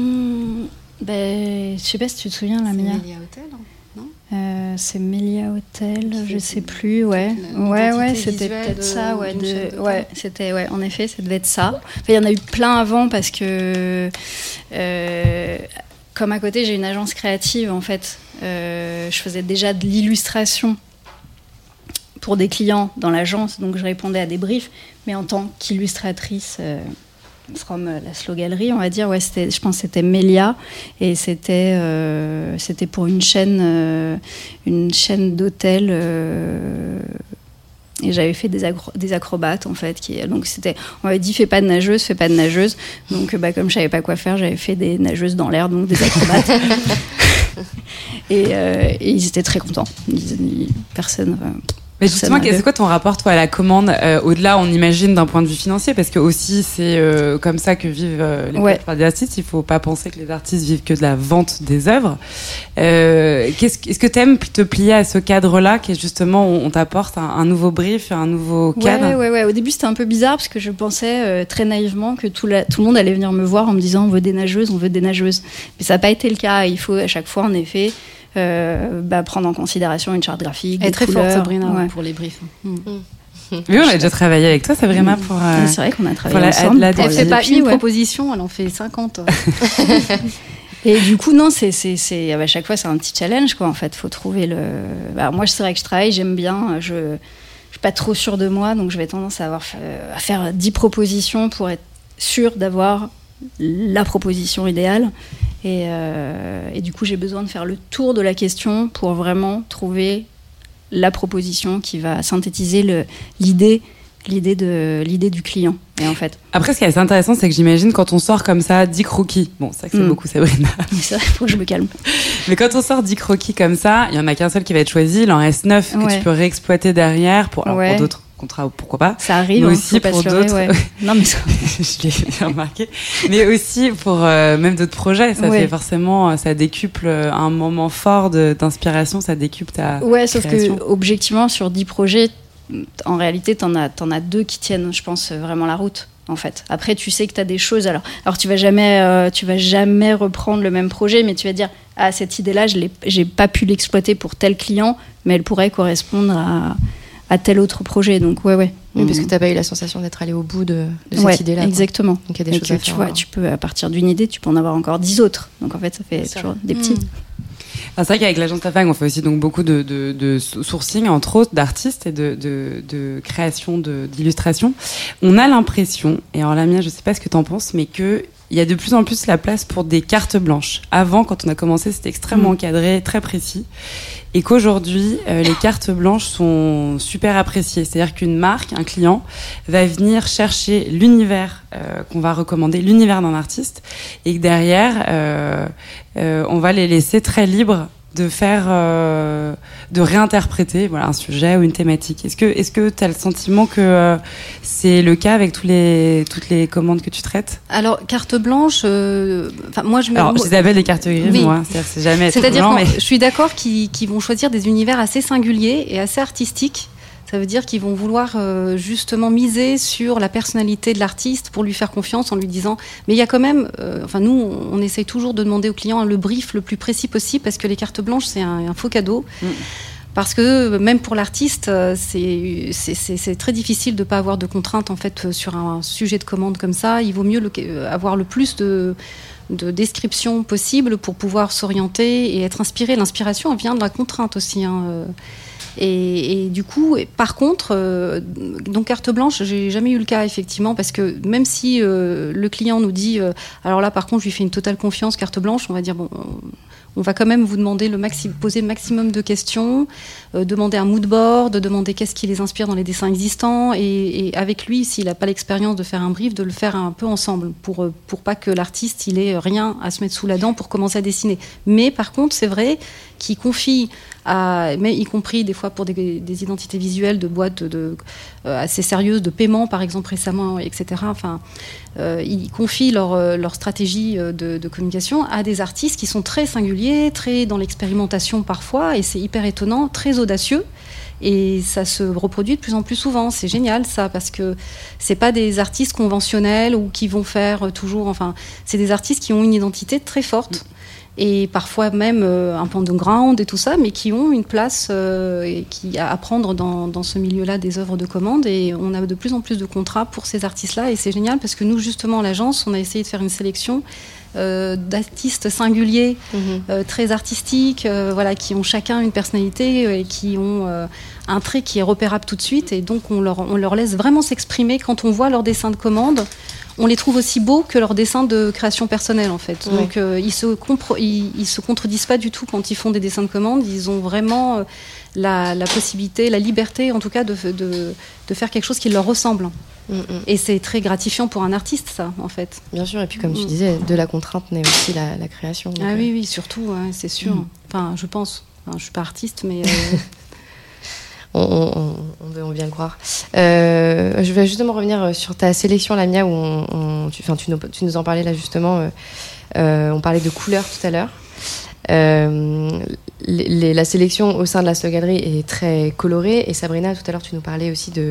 E: Je sais pas si tu te souviens, la Mia.
A: C'est Melia Hotel, non
E: C'est Melia Hotel, je sais plus, ouais, c'était peut-être ça, c'était, en effet, ça devait être ça. Il y en a eu plein avant parce que, comme à côté, j'ai une agence créative, en fait, je faisais déjà de l'illustration pour des clients dans l'agence, donc je répondais à des briefs, mais en tant qu'illustratrice from la Slow Gallery, on va dire, je pense que c'était Melia, et c'était pour une chaîne d'hôtels, et j'avais fait des acrobates en fait, donc c'était, on m'avait dit fais pas de nageuse, donc comme je savais pas quoi faire, j'avais fait des nageuses dans l'air, donc des acrobates. et ils étaient très contents, personne.
C: Mais justement, c'est quoi ton rapport, toi, à la commande au-delà, on imagine, d'un point de vue financier, parce que aussi, c'est comme ça que vivent les plupart des artistes. Il faut pas penser que les artistes vivent que de la vente des œuvres. Est-ce que t'aimes te plier à ce cadre-là, qui est justement, on t'apporte un nouveau brief, un nouveau cadre?
E: Ouais. Au début, c'était un peu bizarre, parce que je pensais très naïvement que tout le monde allait venir me voir en me disant on veut des nageuses. Mais ça n'a pas été le cas. Il faut à chaque fois, en effet, prendre en considération une charte graphique.
A: Elle est très
E: couleurs,
A: forte, Sabrina, pour les briefs.
C: Oui, on a déjà travaillé avec toi, Sabrina, pour.
E: C'est vrai qu'on a travaillé ensemble.
A: Elle fait pas une proposition, elle en fait 50.
E: Et du coup, non, à chaque fois, c'est un petit challenge, quoi. En fait, faut trouver le. Moi, c'est vrai que je travaille, j'aime bien. Je suis pas trop sûre de moi, donc je vais tendance à faire 10 propositions pour être sûre d'avoir la proposition idéale. Et du coup, j'ai besoin de faire le tour de la question pour vraiment trouver la proposition qui va synthétiser l'idée du client. Et en fait,
C: après, ce qui est assez intéressant, c'est que j'imagine quand on sort comme ça 10 croquis, bon, c'est vrai que c'est beaucoup Sabrina.
E: C'est vrai, faut que je me calme.
C: Mais quand on sort 10 croquis comme ça, il y en a qu'un seul qui va être choisi, il en reste 9 que tu peux réexploiter derrière pour d'autres contrats, pourquoi pas.
E: Ça arrive,
C: mais aussi pour d'autres.
E: Non, mais
C: je l'ai bien remarqué. Mais aussi pour même d'autres projets, ça fait forcément, ça décuple un moment fort d'inspiration, ça décuple ta
E: sauf
C: création.
E: que objectivement, sur 10 projets, en réalité, t'en as 2 qui tiennent, je pense, vraiment la route. En fait. Après, tu sais que tu as des choses. Alors tu vas jamais reprendre le même projet, mais tu vas dire cette idée-là, j'ai pas pu l'exploiter pour tel client, mais elle pourrait correspondre à tel autre projet. Donc
D: Oui, parce que t'as pas eu la sensation d'être allé au bout de cette idée-là.
E: Exactement.
D: Donc il y a des choses à faire.
E: Tu peux, à partir d'une idée, tu peux en avoir encore 10 autres. Donc en fait, ça fait toujours des petits.
C: C'est vrai qu'avec l'agence Tafag, on fait aussi donc beaucoup de sourcing, entre autres, d'artistes et de création d'illustrations. On a l'impression, et alors Lamia, je sais pas ce que t'en penses, mais qu'il y a de plus en plus la place pour des cartes blanches. Avant, quand on a commencé, c'était extrêmement encadré, très précis. Et qu'aujourd'hui, les cartes blanches sont super appréciées. C'est-à-dire qu'une marque, un client, va venir chercher l'univers qu'on va recommander, l'univers d'un artiste, et que derrière, on va les laisser très libres de faire, de réinterpréter un sujet ou une thématique. Est-ce que tu as le sentiment que c'est le cas avec toutes les commandes que tu traites?
A: Alors, carte blanche, moi je
C: les appelle des cartes grises, moi. C'est jamais.
A: C'est-à-dire que je suis d'accord qu'ils vont choisir des univers assez singuliers et assez artistiques. Ça veut dire qu'ils vont vouloir justement miser sur la personnalité de l'artiste pour lui faire confiance en lui disant mais il y a quand même nous on essaye toujours de demander au client le brief le plus précis possible parce que les cartes blanches c'est un faux cadeau. Parce que même pour l'artiste, c'est très difficile de ne pas avoir de contraintes en fait sur un sujet de commande comme ça. Il vaut mieux avoir le plus de descriptions possible pour pouvoir s'orienter et être inspiré. L'inspiration elle vient de la contrainte aussi. Et du coup, par contre, donc carte blanche, j'ai jamais eu le cas effectivement, parce que même si le client nous dit, alors là par contre je lui fais une totale confiance, carte blanche, on va dire bon, on va quand même vous demander poser le maximum de questions, demander un mood board, demander qu'est-ce qui les inspire dans les dessins existants, et avec lui, s'il n'a pas l'expérience de faire un brief, de le faire un peu ensemble, pour pas que l'artiste il ait rien à se mettre sous la dent pour commencer à dessiner. Mais par contre, c'est vrai qu'il confie mais y compris des fois pour des identités visuelles de boîtes assez sérieuses, de paiement par exemple récemment, etc. Enfin, ils confient leur stratégie de communication à des artistes qui sont très singuliers, très dans l'expérimentation parfois, et c'est hyper étonnant, très audacieux. Et ça se reproduit de plus en plus souvent. C'est génial ça, parce que c'est pas des artistes conventionnels ou qui vont faire toujours. Enfin, c'est des artistes qui ont une identité très forte. Et parfois même un peu underground et tout ça, mais qui ont une place à prendre dans ce milieu-là des œuvres de commande. Et on a de plus en plus de contrats pour ces artistes-là, et c'est génial parce que nous, justement, à l'agence, on a essayé de faire une sélection d'artistes singuliers, très artistiques, voilà, qui ont chacun une personnalité et qui ont un trait qui est repérable tout de suite. Et donc on leur laisse vraiment s'exprimer. Quand on voit leurs dessins de commande, on les trouve aussi beaux que leurs dessins de création personnelle, en fait. Ouais. Donc ils se contredisent pas du tout quand ils font des dessins de commande. Ils ont vraiment la possibilité, la liberté en tout cas de faire quelque chose qui leur ressemble. Et c'est très gratifiant pour un artiste, ça, en fait.
D: Bien sûr, et puis comme tu disais, de la contrainte naît aussi la création. Donc,
A: oui, surtout, ouais, c'est sûr. Enfin, je pense. Enfin, je suis pas artiste, mais...
D: On veut bien le croire. Je vais justement revenir sur ta sélection, Lamia, où tu nous en parlais là justement. On parlait de couleurs tout à l'heure. La sélection au sein de la Slow Gallery est très colorée. Et Sabrina, tout à l'heure, tu nous parlais aussi de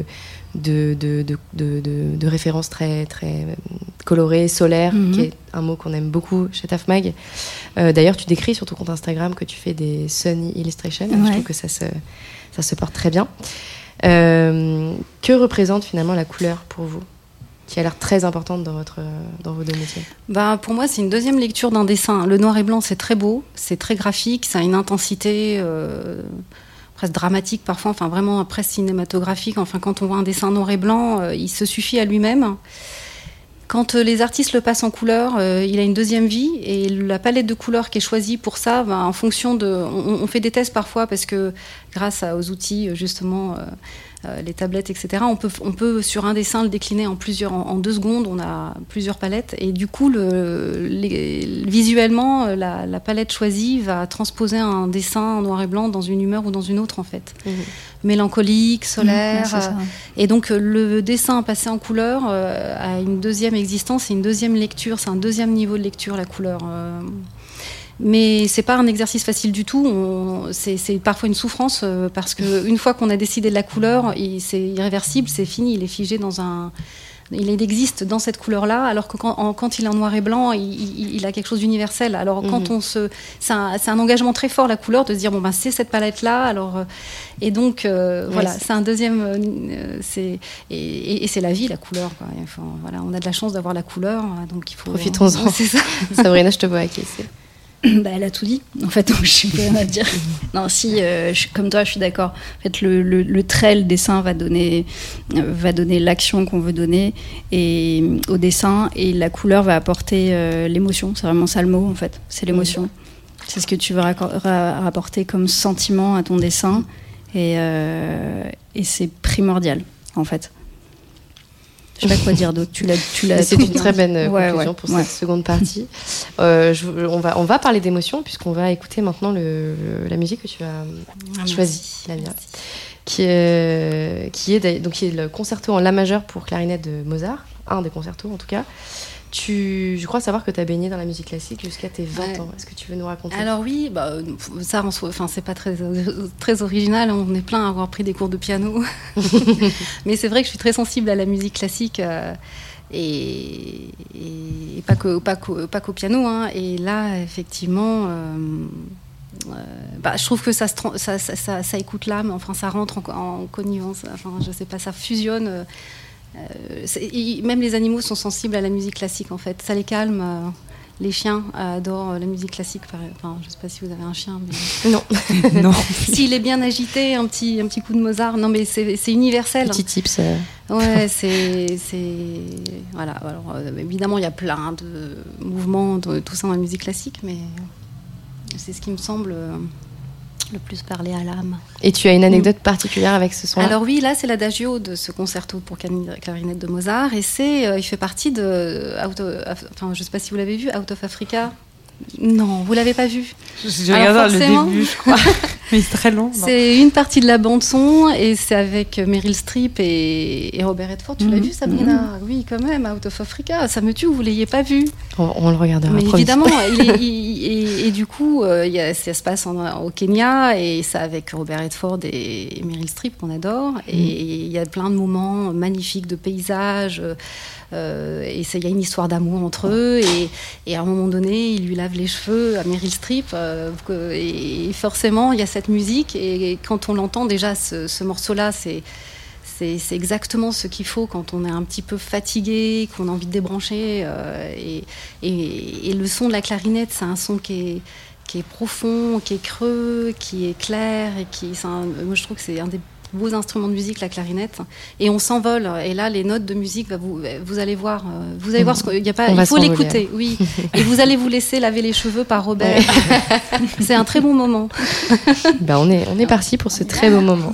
D: références très, très colorées, solaires, qui est un mot qu'on aime beaucoup chez Taf Mag. D'ailleurs, tu décris sur ton compte Instagram que tu fais des sunny illustrations. Ouais. Je trouve que ça se porte très bien. Que représente finalement la couleur pour vous, qui a l'air très importante dans vos deux métiers?
A: Pour moi, c'est une deuxième lecture d'un dessin. Le noir et blanc, c'est très beau, c'est très graphique, ça a une intensité presque dramatique parfois, enfin vraiment presque cinématographique. Enfin, quand on voit un dessin noir et blanc, il se suffit à lui-même. Quand les artistes le passent en couleur, il a une deuxième vie, et la palette de couleurs qui est choisie pour ça, en fonction de... On fait des tests parfois parce que grâce aux outils, justement, les tablettes, etc., on peut sur un dessin le décliner en 2 secondes, on a plusieurs palettes, et du coup, visuellement, la palette choisie va transposer un dessin en noir et blanc dans une humeur ou dans une autre, en fait. Mélancolique, solaire. Et donc, le dessin passé en couleur a une deuxième existence et une deuxième lecture, c'est un deuxième niveau de lecture, la couleur. Mais c'est pas un exercice facile du tout. C'est parfois une souffrance parce qu'une fois qu'on a décidé de la couleur, c'est irréversible, c'est fini, il est figé dans un... Il existe dans cette couleur-là, alors que quand il est en noir et blanc, il a quelque chose d'universel. Alors quand c'est un engagement très fort, la couleur, de se dire c'est cette palette-là. Alors et donc voilà, c'est un deuxième. Et c'est la vie, la couleur, quoi. Enfin, voilà, on a de la chance d'avoir la couleur, donc il faut.
D: Profitons-en. C'est ça. Sabrina, je te vois acquiescer.
E: Elle a tout dit. En fait, donc, je n'ai plus rien à dire. Non, comme toi, je suis d'accord. En fait, le trait, le dessin va donner l'action qu'on veut donner au dessin, et la couleur va apporter l'émotion. C'est vraiment ça le mot, en fait. C'est l'émotion. C'est ce que tu veux rapporter comme sentiment à ton dessin, et c'est primordial, en fait. Je sais pas quoi dire d'autre. Tu l'as.
D: C'est une très bonne conclusion pour cette seconde partie. On va parler d'émotion, puisqu'on va écouter maintenant la musique que tu as choisie, Lamia, qui est le concerto en la majeure pour clarinette de Mozart, un des concertos en tout cas. Je crois savoir que tu as baigné dans la musique classique jusqu'à tes 20 ans. Est-ce que tu veux nous raconter?
A: Alors oui, ça, c'est pas très original. On est plein à avoir pris des cours de piano. Mais c'est vrai que je suis très sensible à la musique classique et pas qu'au piano. Hein. Et là, effectivement... je trouve que ça écoute l'âme. Enfin, ça rentre en connivence. Enfin, je sais pas, ça fusionne... même les animaux sont sensibles à la musique classique, en fait. Ça les calme. Les chiens adorent la musique classique. Enfin, je ne sais pas si vous avez un chien. Mais...
D: Non.
A: Non. S'il est bien agité, un petit coup de Mozart. Non, mais c'est universel.
D: Petit tips.
A: Ouais, c'est voilà. Alors, évidemment, il y a plein de mouvements, tout ça dans la musique classique, mais C'est ce qui me semble le plus parler à l'âme.
D: Et tu as une anecdote particulière avec ce son-là?
A: Alors oui, là c'est l'adagio de ce concerto pour clarinette de Mozart, et il fait partie de je ne sais pas si vous l'avez vu, Out of Africa. Non, vous l'avez pas vu.
C: Je regarde le début, je crois. Mais c'est très long.
A: C'est une partie de la bande son, et c'est avec Meryl Streep et Robert Redford. Tu l'as vu, Sabrina? Oui, quand même. Out of Africa. Ça me tue que vous l'ayez pas vu.
D: On le regardera.
A: Mais évidemment. Et du coup, ça se passe au Kenya, et ça avec Robert Redford et Meryl Streep qu'on adore. Et il y a plein de moments magnifiques de paysages. Et il y a une histoire d'amour entre eux, et à un moment donné il lui lave les cheveux à Meryl Streep, et forcément il y a cette musique, et quand on l'entend déjà, ce morceau là c'est exactement ce qu'il faut quand on est un petit peu fatigué, qu'on a envie de débrancher, et le son de la clarinette, c'est un son qui est profond, qui est creux, qui est clair, et moi je trouve que c'est un des beaux instruments de musique, la clarinette, et on s'envole, et là les notes de musique, vous allez voir il faut l'écouter, oui, et vous allez vous laisser laver les cheveux par Robert. C'est un très bon moment.
D: On est parti pour ce très beau moment.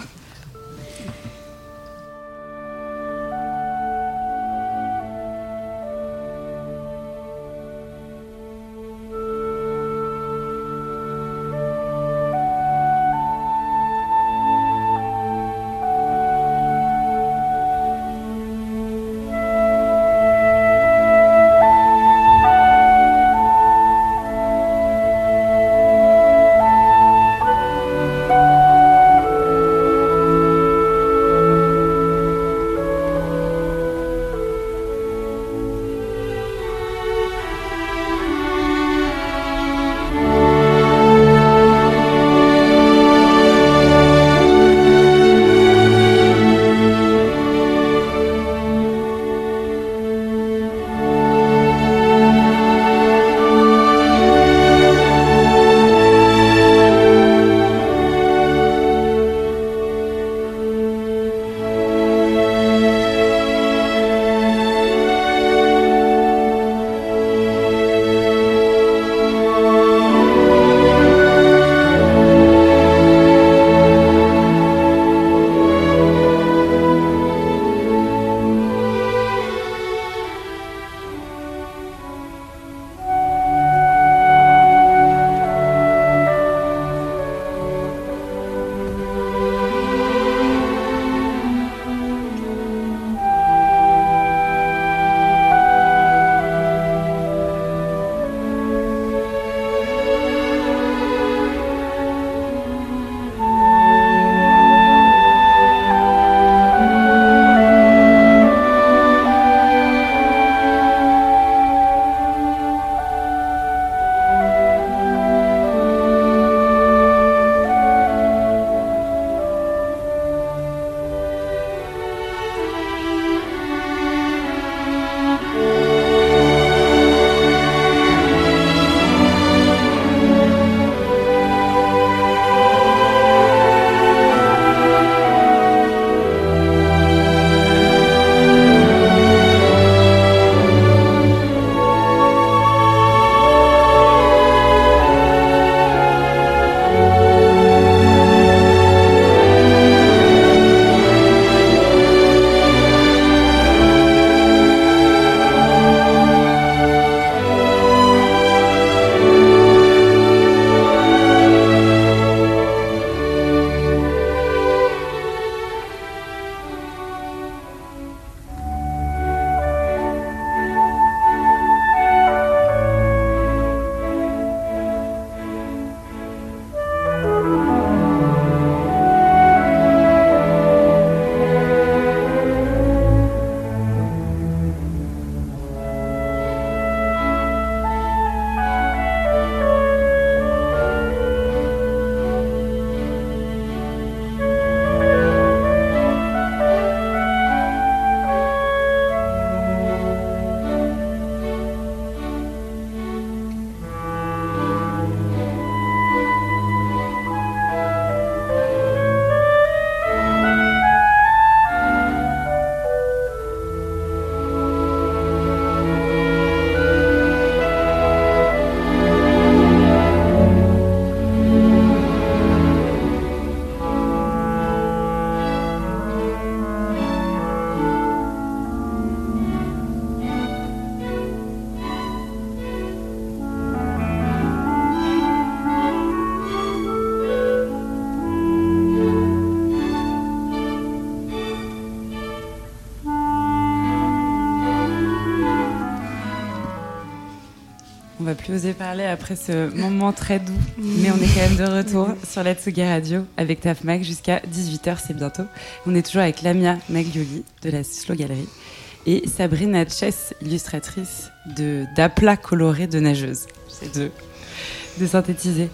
C: On va plus oser parler après ce moment très doux, mais on est quand même de retour sur la Tsugi Radio avec Tafmag jusqu'à 18h, c'est bientôt. On est toujours avec Lamia Maglioli de la Slow Gallery et Sabrina Chess, illustratrice d'aplats colorés de nageuses. C'est de synthétiser.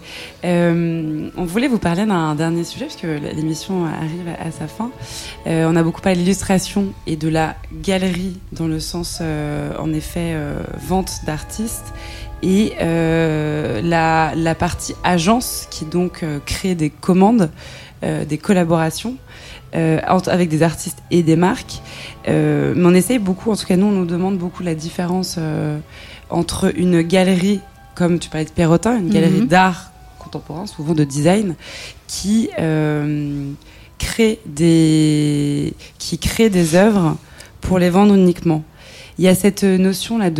C: On voulait vous parler d'un dernier sujet parce que l'émission arrive à sa fin. On a beaucoup parlé de l'illustration et de la galerie dans le sens, en effet, vente d'artistes. Et la partie agence qui donc crée des commandes, des collaborations avec des artistes et des marques. Mais on essaye beaucoup, en tout cas nous on nous demande beaucoup la différence entre une galerie, comme tu parlais de Perrotin, une galerie d'art contemporain, souvent de design, qui crée des œuvres pour les vendre uniquement. Il y a cette notion-là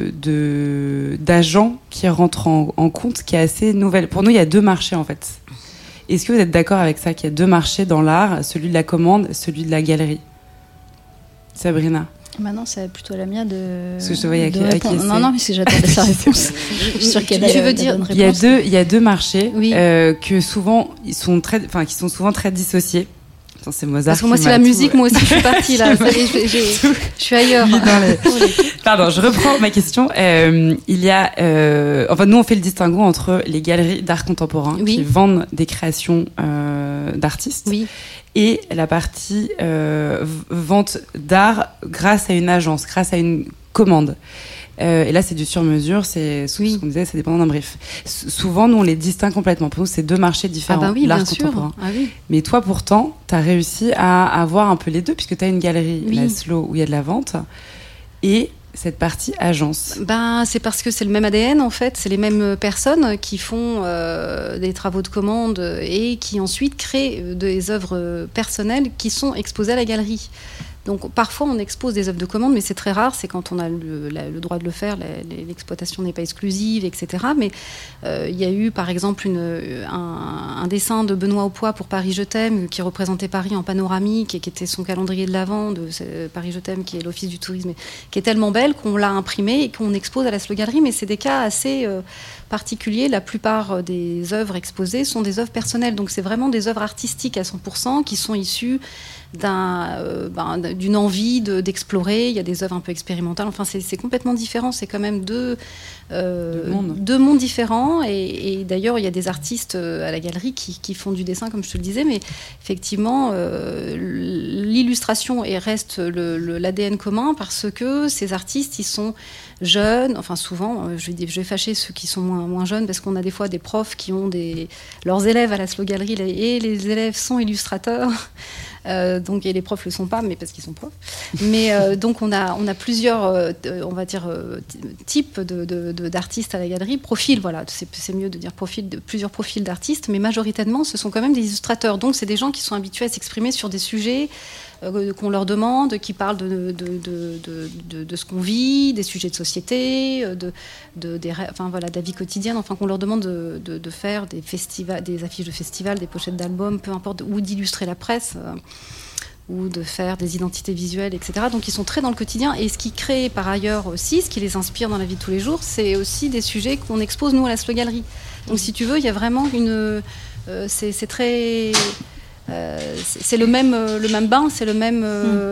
C: d'agent qui rentre en compte, qui est assez nouvelle. Pour nous, il y a deux marchés, en fait. Est-ce que vous êtes d'accord avec ça, qu'il y a deux marchés dans l'art, celui de la commande et celui de la galerie? Sabrina?
E: Maintenant, c'est plutôt la mienne de.
C: Parce que je te voyais
E: Non, mais si j'attendais sa réponse. Je suis sûre qu'elle
A: veux dire,
C: il y a deux marchés que souvent, qui sont souvent très dissociés. Attends, c'est Mozart.
A: Parce que moi, c'est la musique, moi aussi, je suis partie là. Je suis ailleurs.
C: Pardon, je reprends ma question. Il y a, nous, on fait le distinguo entre les galeries d'art contemporain qui vendent des créations d'artistes et la partie vente d'art grâce à une agence, grâce à une commande. Et là, c'est du sur-mesure, c'est ce qu'on disait, c'est dépendant d'un brief. Souvent, nous, on les distingue complètement. Pour nous, c'est deux marchés différents, l'art contemporain. Mais toi, pourtant, tu as réussi à avoir un peu les deux, puisque tu as une galerie, la Slow, où il y a de la vente, et cette partie agence.
A: C'est parce que c'est le même ADN, en fait. C'est les mêmes personnes qui font des travaux de commande et qui ensuite créent des œuvres personnelles qui sont exposées à la galerie. Donc parfois on expose des œuvres de commande, mais c'est très rare, c'est quand on a le droit de le faire, l'exploitation n'est pas exclusive, etc. Mais il y a eu par exemple un dessin de Benoît Aupois pour Paris Je t'aime, qui représentait Paris en panoramique et qui était son calendrier de l'Avent de Paris Je t'aime, qui est l'Office du tourisme, qui est tellement belle qu'on l'a imprimée et qu'on expose à la Slow Gallery, mais c'est des cas assez particuliers. La plupart des œuvres exposées sont des œuvres personnelles, donc c'est vraiment des œuvres artistiques à 100% qui sont issues d'une envie d'explorer. Il y a des œuvres un peu expérimentales. Enfin, c'est complètement différent. C'est quand même deux mondes différents. Et d'ailleurs, il y a des artistes à la galerie qui font du dessin, comme je te le disais. Mais effectivement, l'illustration reste l'ADN commun parce que ces artistes, ils sont jeunes. Enfin, souvent, je vais fâcher ceux qui sont moins jeunes parce qu'on a des fois des profs qui ont leurs élèves à la Slow Gallery et les élèves sont illustrateurs. Donc, et les profs le sont pas, mais parce qu'ils sont profs. Mais donc on a plusieurs, on va dire, types d'artistes à la galerie. Profils, voilà, c'est mieux de dire plusieurs profils d'artistes, mais majoritairement, ce sont quand même des illustrateurs. Donc, c'est des gens qui sont habitués à s'exprimer sur des sujets qu'on leur demande, qui parlent de ce qu'on vit, des sujets de société, de la vie quotidienne, enfin qu'on leur demande de faire des festivals, des affiches de festivals, des pochettes d'albums, peu importe, ou d'illustrer la presse, ou de faire des identités visuelles, etc. Donc ils sont très dans le quotidien, et ce qui crée par ailleurs aussi, ce qui les inspire dans la vie de tous les jours, c'est aussi des sujets qu'on expose nous à la Slow Gallery. Donc si tu veux, il y a vraiment c'est très... c'est le même bain, c'est le même,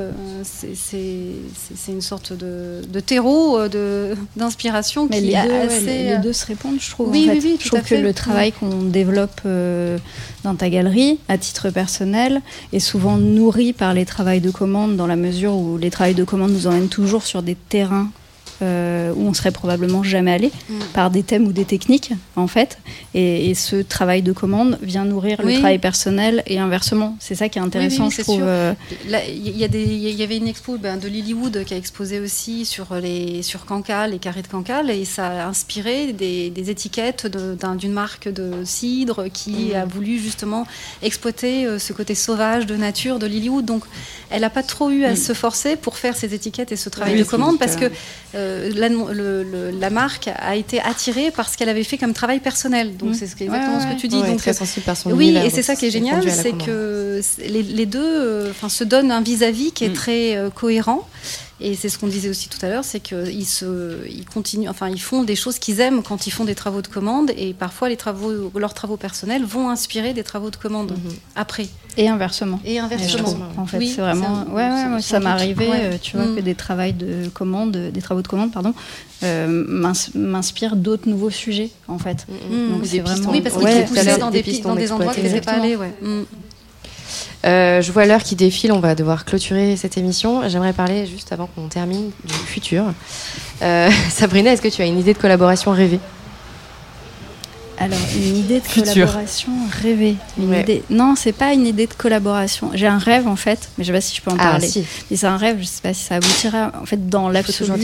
A: c'est une sorte de terreau d'inspiration qui
E: les deux se répondent, je trouve.
A: Oui,
E: en fait.
A: oui,
E: je trouve que le travail qu'on développe dans ta galerie, à titre personnel, est souvent nourri par les travails de commande, dans la mesure où les travails de commande nous emmènent toujours sur des terrains où on serait probablement jamais allé, par des thèmes ou des techniques, en fait. Et ce travail de commande vient nourrir le travail personnel et inversement. C'est ça qui est intéressant, je trouve.
A: Il y avait une expo de Lilywood qui a exposé aussi sur Cancale, les carrés de Cancale, et ça a inspiré des étiquettes d'une marque de cidre qui a voulu justement exploiter ce côté sauvage de nature de Lilywood. Donc, elle n'a pas trop eu à se forcer pour faire ces étiquettes et ce travail de commande, parce que la marque a été attirée par ce qu'elle avait fait comme travail personnel. Donc c'est exactement ce que tu dis.
D: Ouais,
A: donc
D: très sensible par son univers.
A: Oui, et c'est ça qui est génial, c'est que les deux se donnent un vis-à-vis qui est très cohérent. Et c'est ce qu'on disait aussi tout à l'heure, c'est qu'ils continuent, enfin, ils font des choses qu'ils aiment quand ils font des travaux de commande, et parfois leurs travaux personnels vont inspirer des travaux de commande après.
E: Et inversement. En fait, oui, c'est vraiment. Moi, ça m'est arrivé, tu vois, que des travaux de commande, m'inspirent d'autres nouveaux sujets, en fait.
A: Donc c'est vraiment. Oui, parce qu'ils te poussaient dans des endroits qui n'étaient pas allés,
D: Je vois l'heure qui défile, on va devoir clôturer cette émission. J'aimerais parler, juste avant qu'on termine, du futur. Sabrina, est-ce que tu as une idée de collaboration rêvée ?
E: Alors, une idée de collaboration rêvée. Non, c'est pas une idée de collaboration. J'ai un rêve, en fait, mais je sais pas si je peux en parler.
D: Si.
E: Mais c'est un rêve, je sais pas si ça aboutira. En fait, dans l'absolu,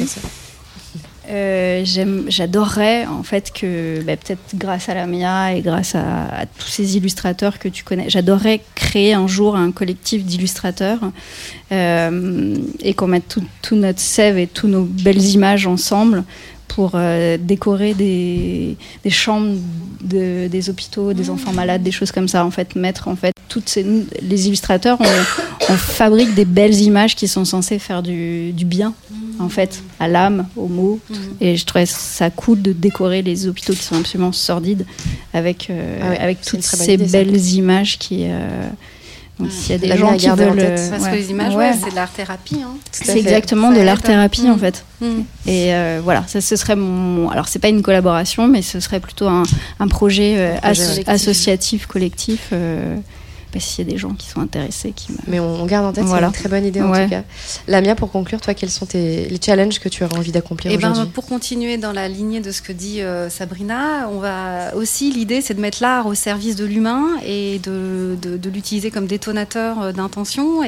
E: j'adorerais, en fait, que peut-être grâce à Lamia et grâce à tous ces illustrateurs que tu connais, j'adorerais créer un jour un collectif d'illustrateurs et qu'on mette tout notre sève et toutes nos belles images ensemble pour décorer des chambres des hôpitaux, des enfants malades, des choses comme ça. En fait, mettre les illustrateurs, on fabrique des belles images qui sont censées faire du bien, en fait, à l'âme, aux mots. Et je trouvais ça cool de décorer les hôpitaux qui sont absolument sordides avec toutes ces belles images qui. Donc, s'il y a des gens qui veulent...
A: Parce que les images, c'est de l'art-thérapie. Hein.
E: C'est exactement de l'art-thérapie, en fait. Et voilà, ça, ce serait mon... Alors, c'est pas une collaboration, mais ce serait plutôt un projet associatif, collectif. S'il y a des gens qui sont intéressés.
D: Mais on garde en tête, c'est une très bonne idée en tout cas. Lamia, pour conclure, toi, quels sont les challenges que tu auras envie d'accomplir aujourd'hui ?
A: Pour continuer dans la lignée de ce que dit Sabrina, l'idée, c'est de mettre l'art au service de l'humain et de l'utiliser comme détonateur d'intention.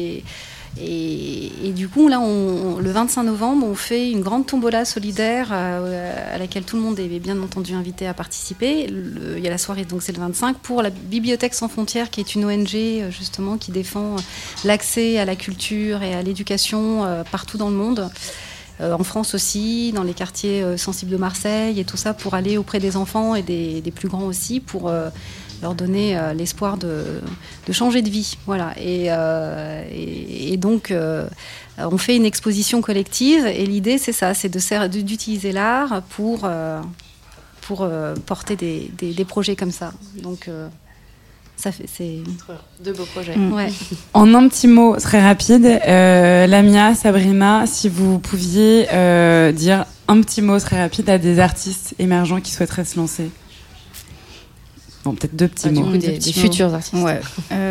A: Et du coup, là, le 25 novembre, on fait une grande tombola solidaire à laquelle tout le monde est bien entendu invité à participer. Il y a la soirée, donc c'est le 25, pour la Bibliothèque sans frontières, qui est une ONG justement qui défend l'accès à la culture et à l'éducation partout dans le monde. En France aussi, dans les quartiers sensibles de Marseille et tout ça, pour aller auprès des enfants et des plus grands aussi, pour leur donner l'espoir de changer de vie. Voilà. Et donc, on fait une exposition collective, et l'idée, c'est ça, c'est d'utiliser l'art pour porter des projets comme ça. Donc, c'est
D: deux beaux projets.
A: Ouais.
C: En un petit mot très rapide, Lamia, Sabrina, si vous pouviez dire un petit mot très rapide à des artistes émergents qui souhaiteraient se lancer. Bon, peut-être deux petits mots.
D: Du coup, des futurs artistes.
E: Ouais.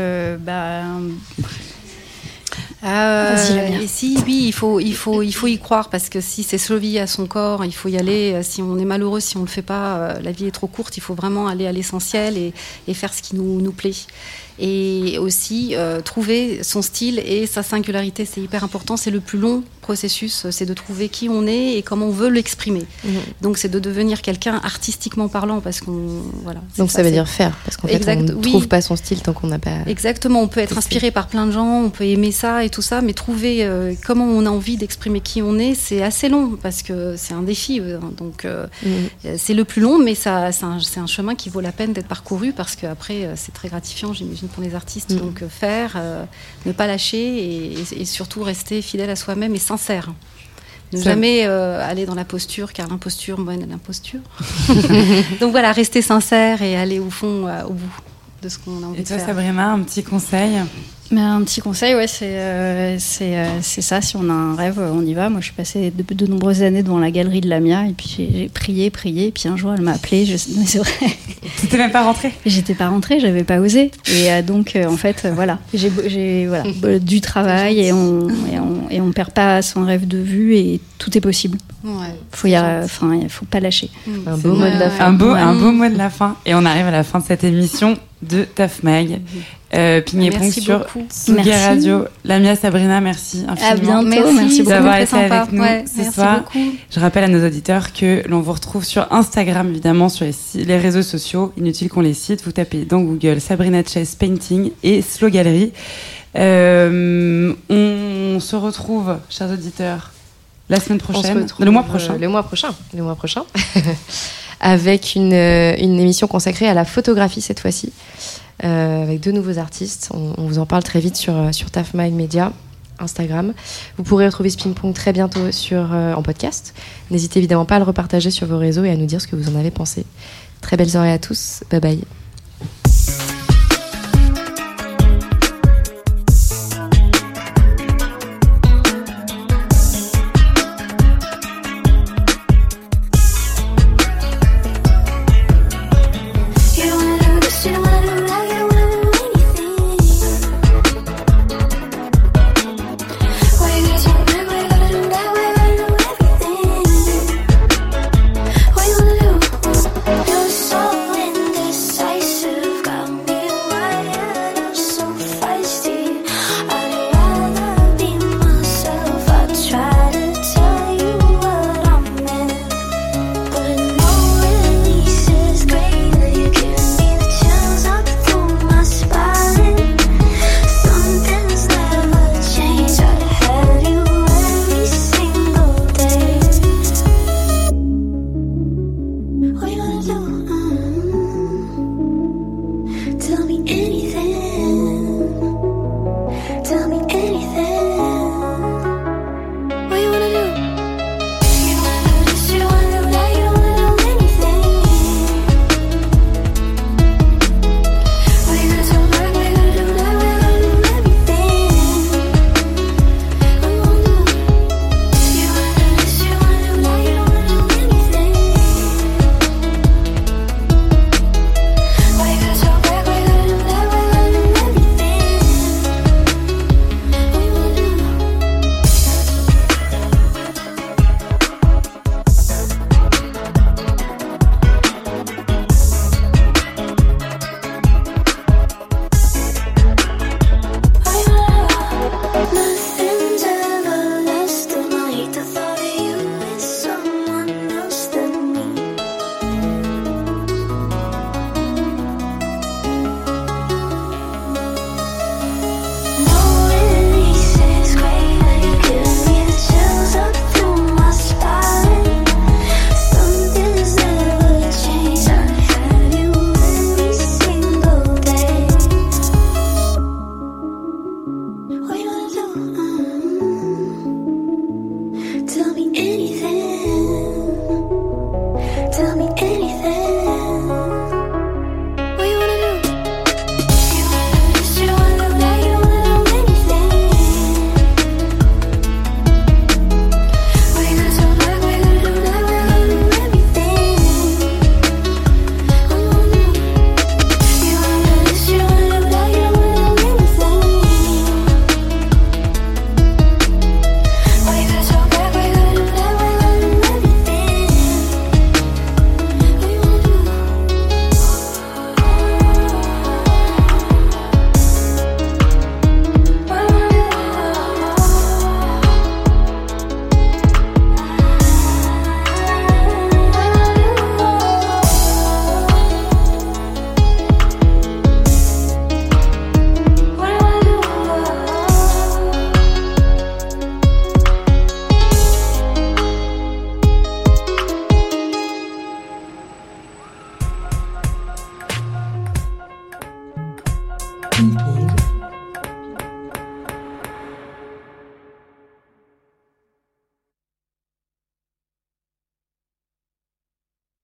A: Oui, il faut y croire, parce que si c'est Slovie à son corps, il faut y aller. Si on est malheureux, si on le fait pas, la vie est trop courte. Il faut vraiment aller à l'essentiel et faire ce qui nous plaît. Et aussi trouver son style et sa singularité, c'est hyper important. C'est le plus long processus, c'est de trouver qui on est et comment on veut l'exprimer. Donc c'est de devenir quelqu'un artistiquement parlant, parce qu'on
D: Donc ça veut dire faire, parce qu'en fait on ne trouve pas son style tant qu'on n'a pas.
A: Exactement, on peut être inspiré par plein de gens, on peut aimer ça et tout ça, mais trouver comment on a envie d'exprimer qui on est, c'est assez long, parce que c'est un défi. Donc c'est le plus long, mais c'est un chemin qui vaut la peine d'être parcouru, parce qu'après c'est très gratifiant, j'imagine, pour les artistes. Donc ne pas lâcher et surtout rester fidèle à soi-même et sincère. Ne jamais aller dans la posture, car l'imposture mène à l'imposture. Donc voilà, rester sincère et aller au fond, au bout de ce qu'on a envie de faire.
C: Et toi, Sabrina, un petit conseil ?
E: Mais un petit conseil, c'est ça. Si on a un rêve, on y va. Moi, je suis passée de nombreuses années devant la galerie de Lamia, et puis j'ai prié. Et puis un jour, elle m'a appelée. C'est vrai.
C: Tu n'étais même pas rentrée ?
E: J'étais pas rentrée, j'avais pas osé. Et donc, en fait, j'ai du travail, et on perd pas son rêve de vue, et tout est possible. Il faut pas lâcher.
D: Un beau mot de la fin.
C: Un beau mot de la fin. Et on arrive à la fin de cette émission de Taf Mag. Ping et Pong sur Tsugi Radio. Lamia, Sabrina, merci infiniment.
E: À bientôt. Merci beaucoup
C: d'avoir été avec nous
A: ce
C: soir.
A: Beaucoup.
C: Je rappelle à nos auditeurs que l'on vous retrouve sur Instagram, évidemment, sur les réseaux sociaux. Inutile qu'on les cite. Vous tapez dans Google Sabrina Chase Painting et Slow Gallery. On se retrouve, chers auditeurs, la semaine prochaine. Le mois prochain.
D: Avec une émission consacrée à la photographie cette fois-ci, avec deux nouveaux artistes. On vous en parle très vite sur Taf Mag Media. Instagram. Vous pourrez retrouver ce ping-pong très bientôt en podcast. N'hésitez évidemment pas à le repartager sur vos réseaux et à nous dire ce que vous en avez pensé. Très belle soirée à tous. Bye bye.
B: Ping-pong.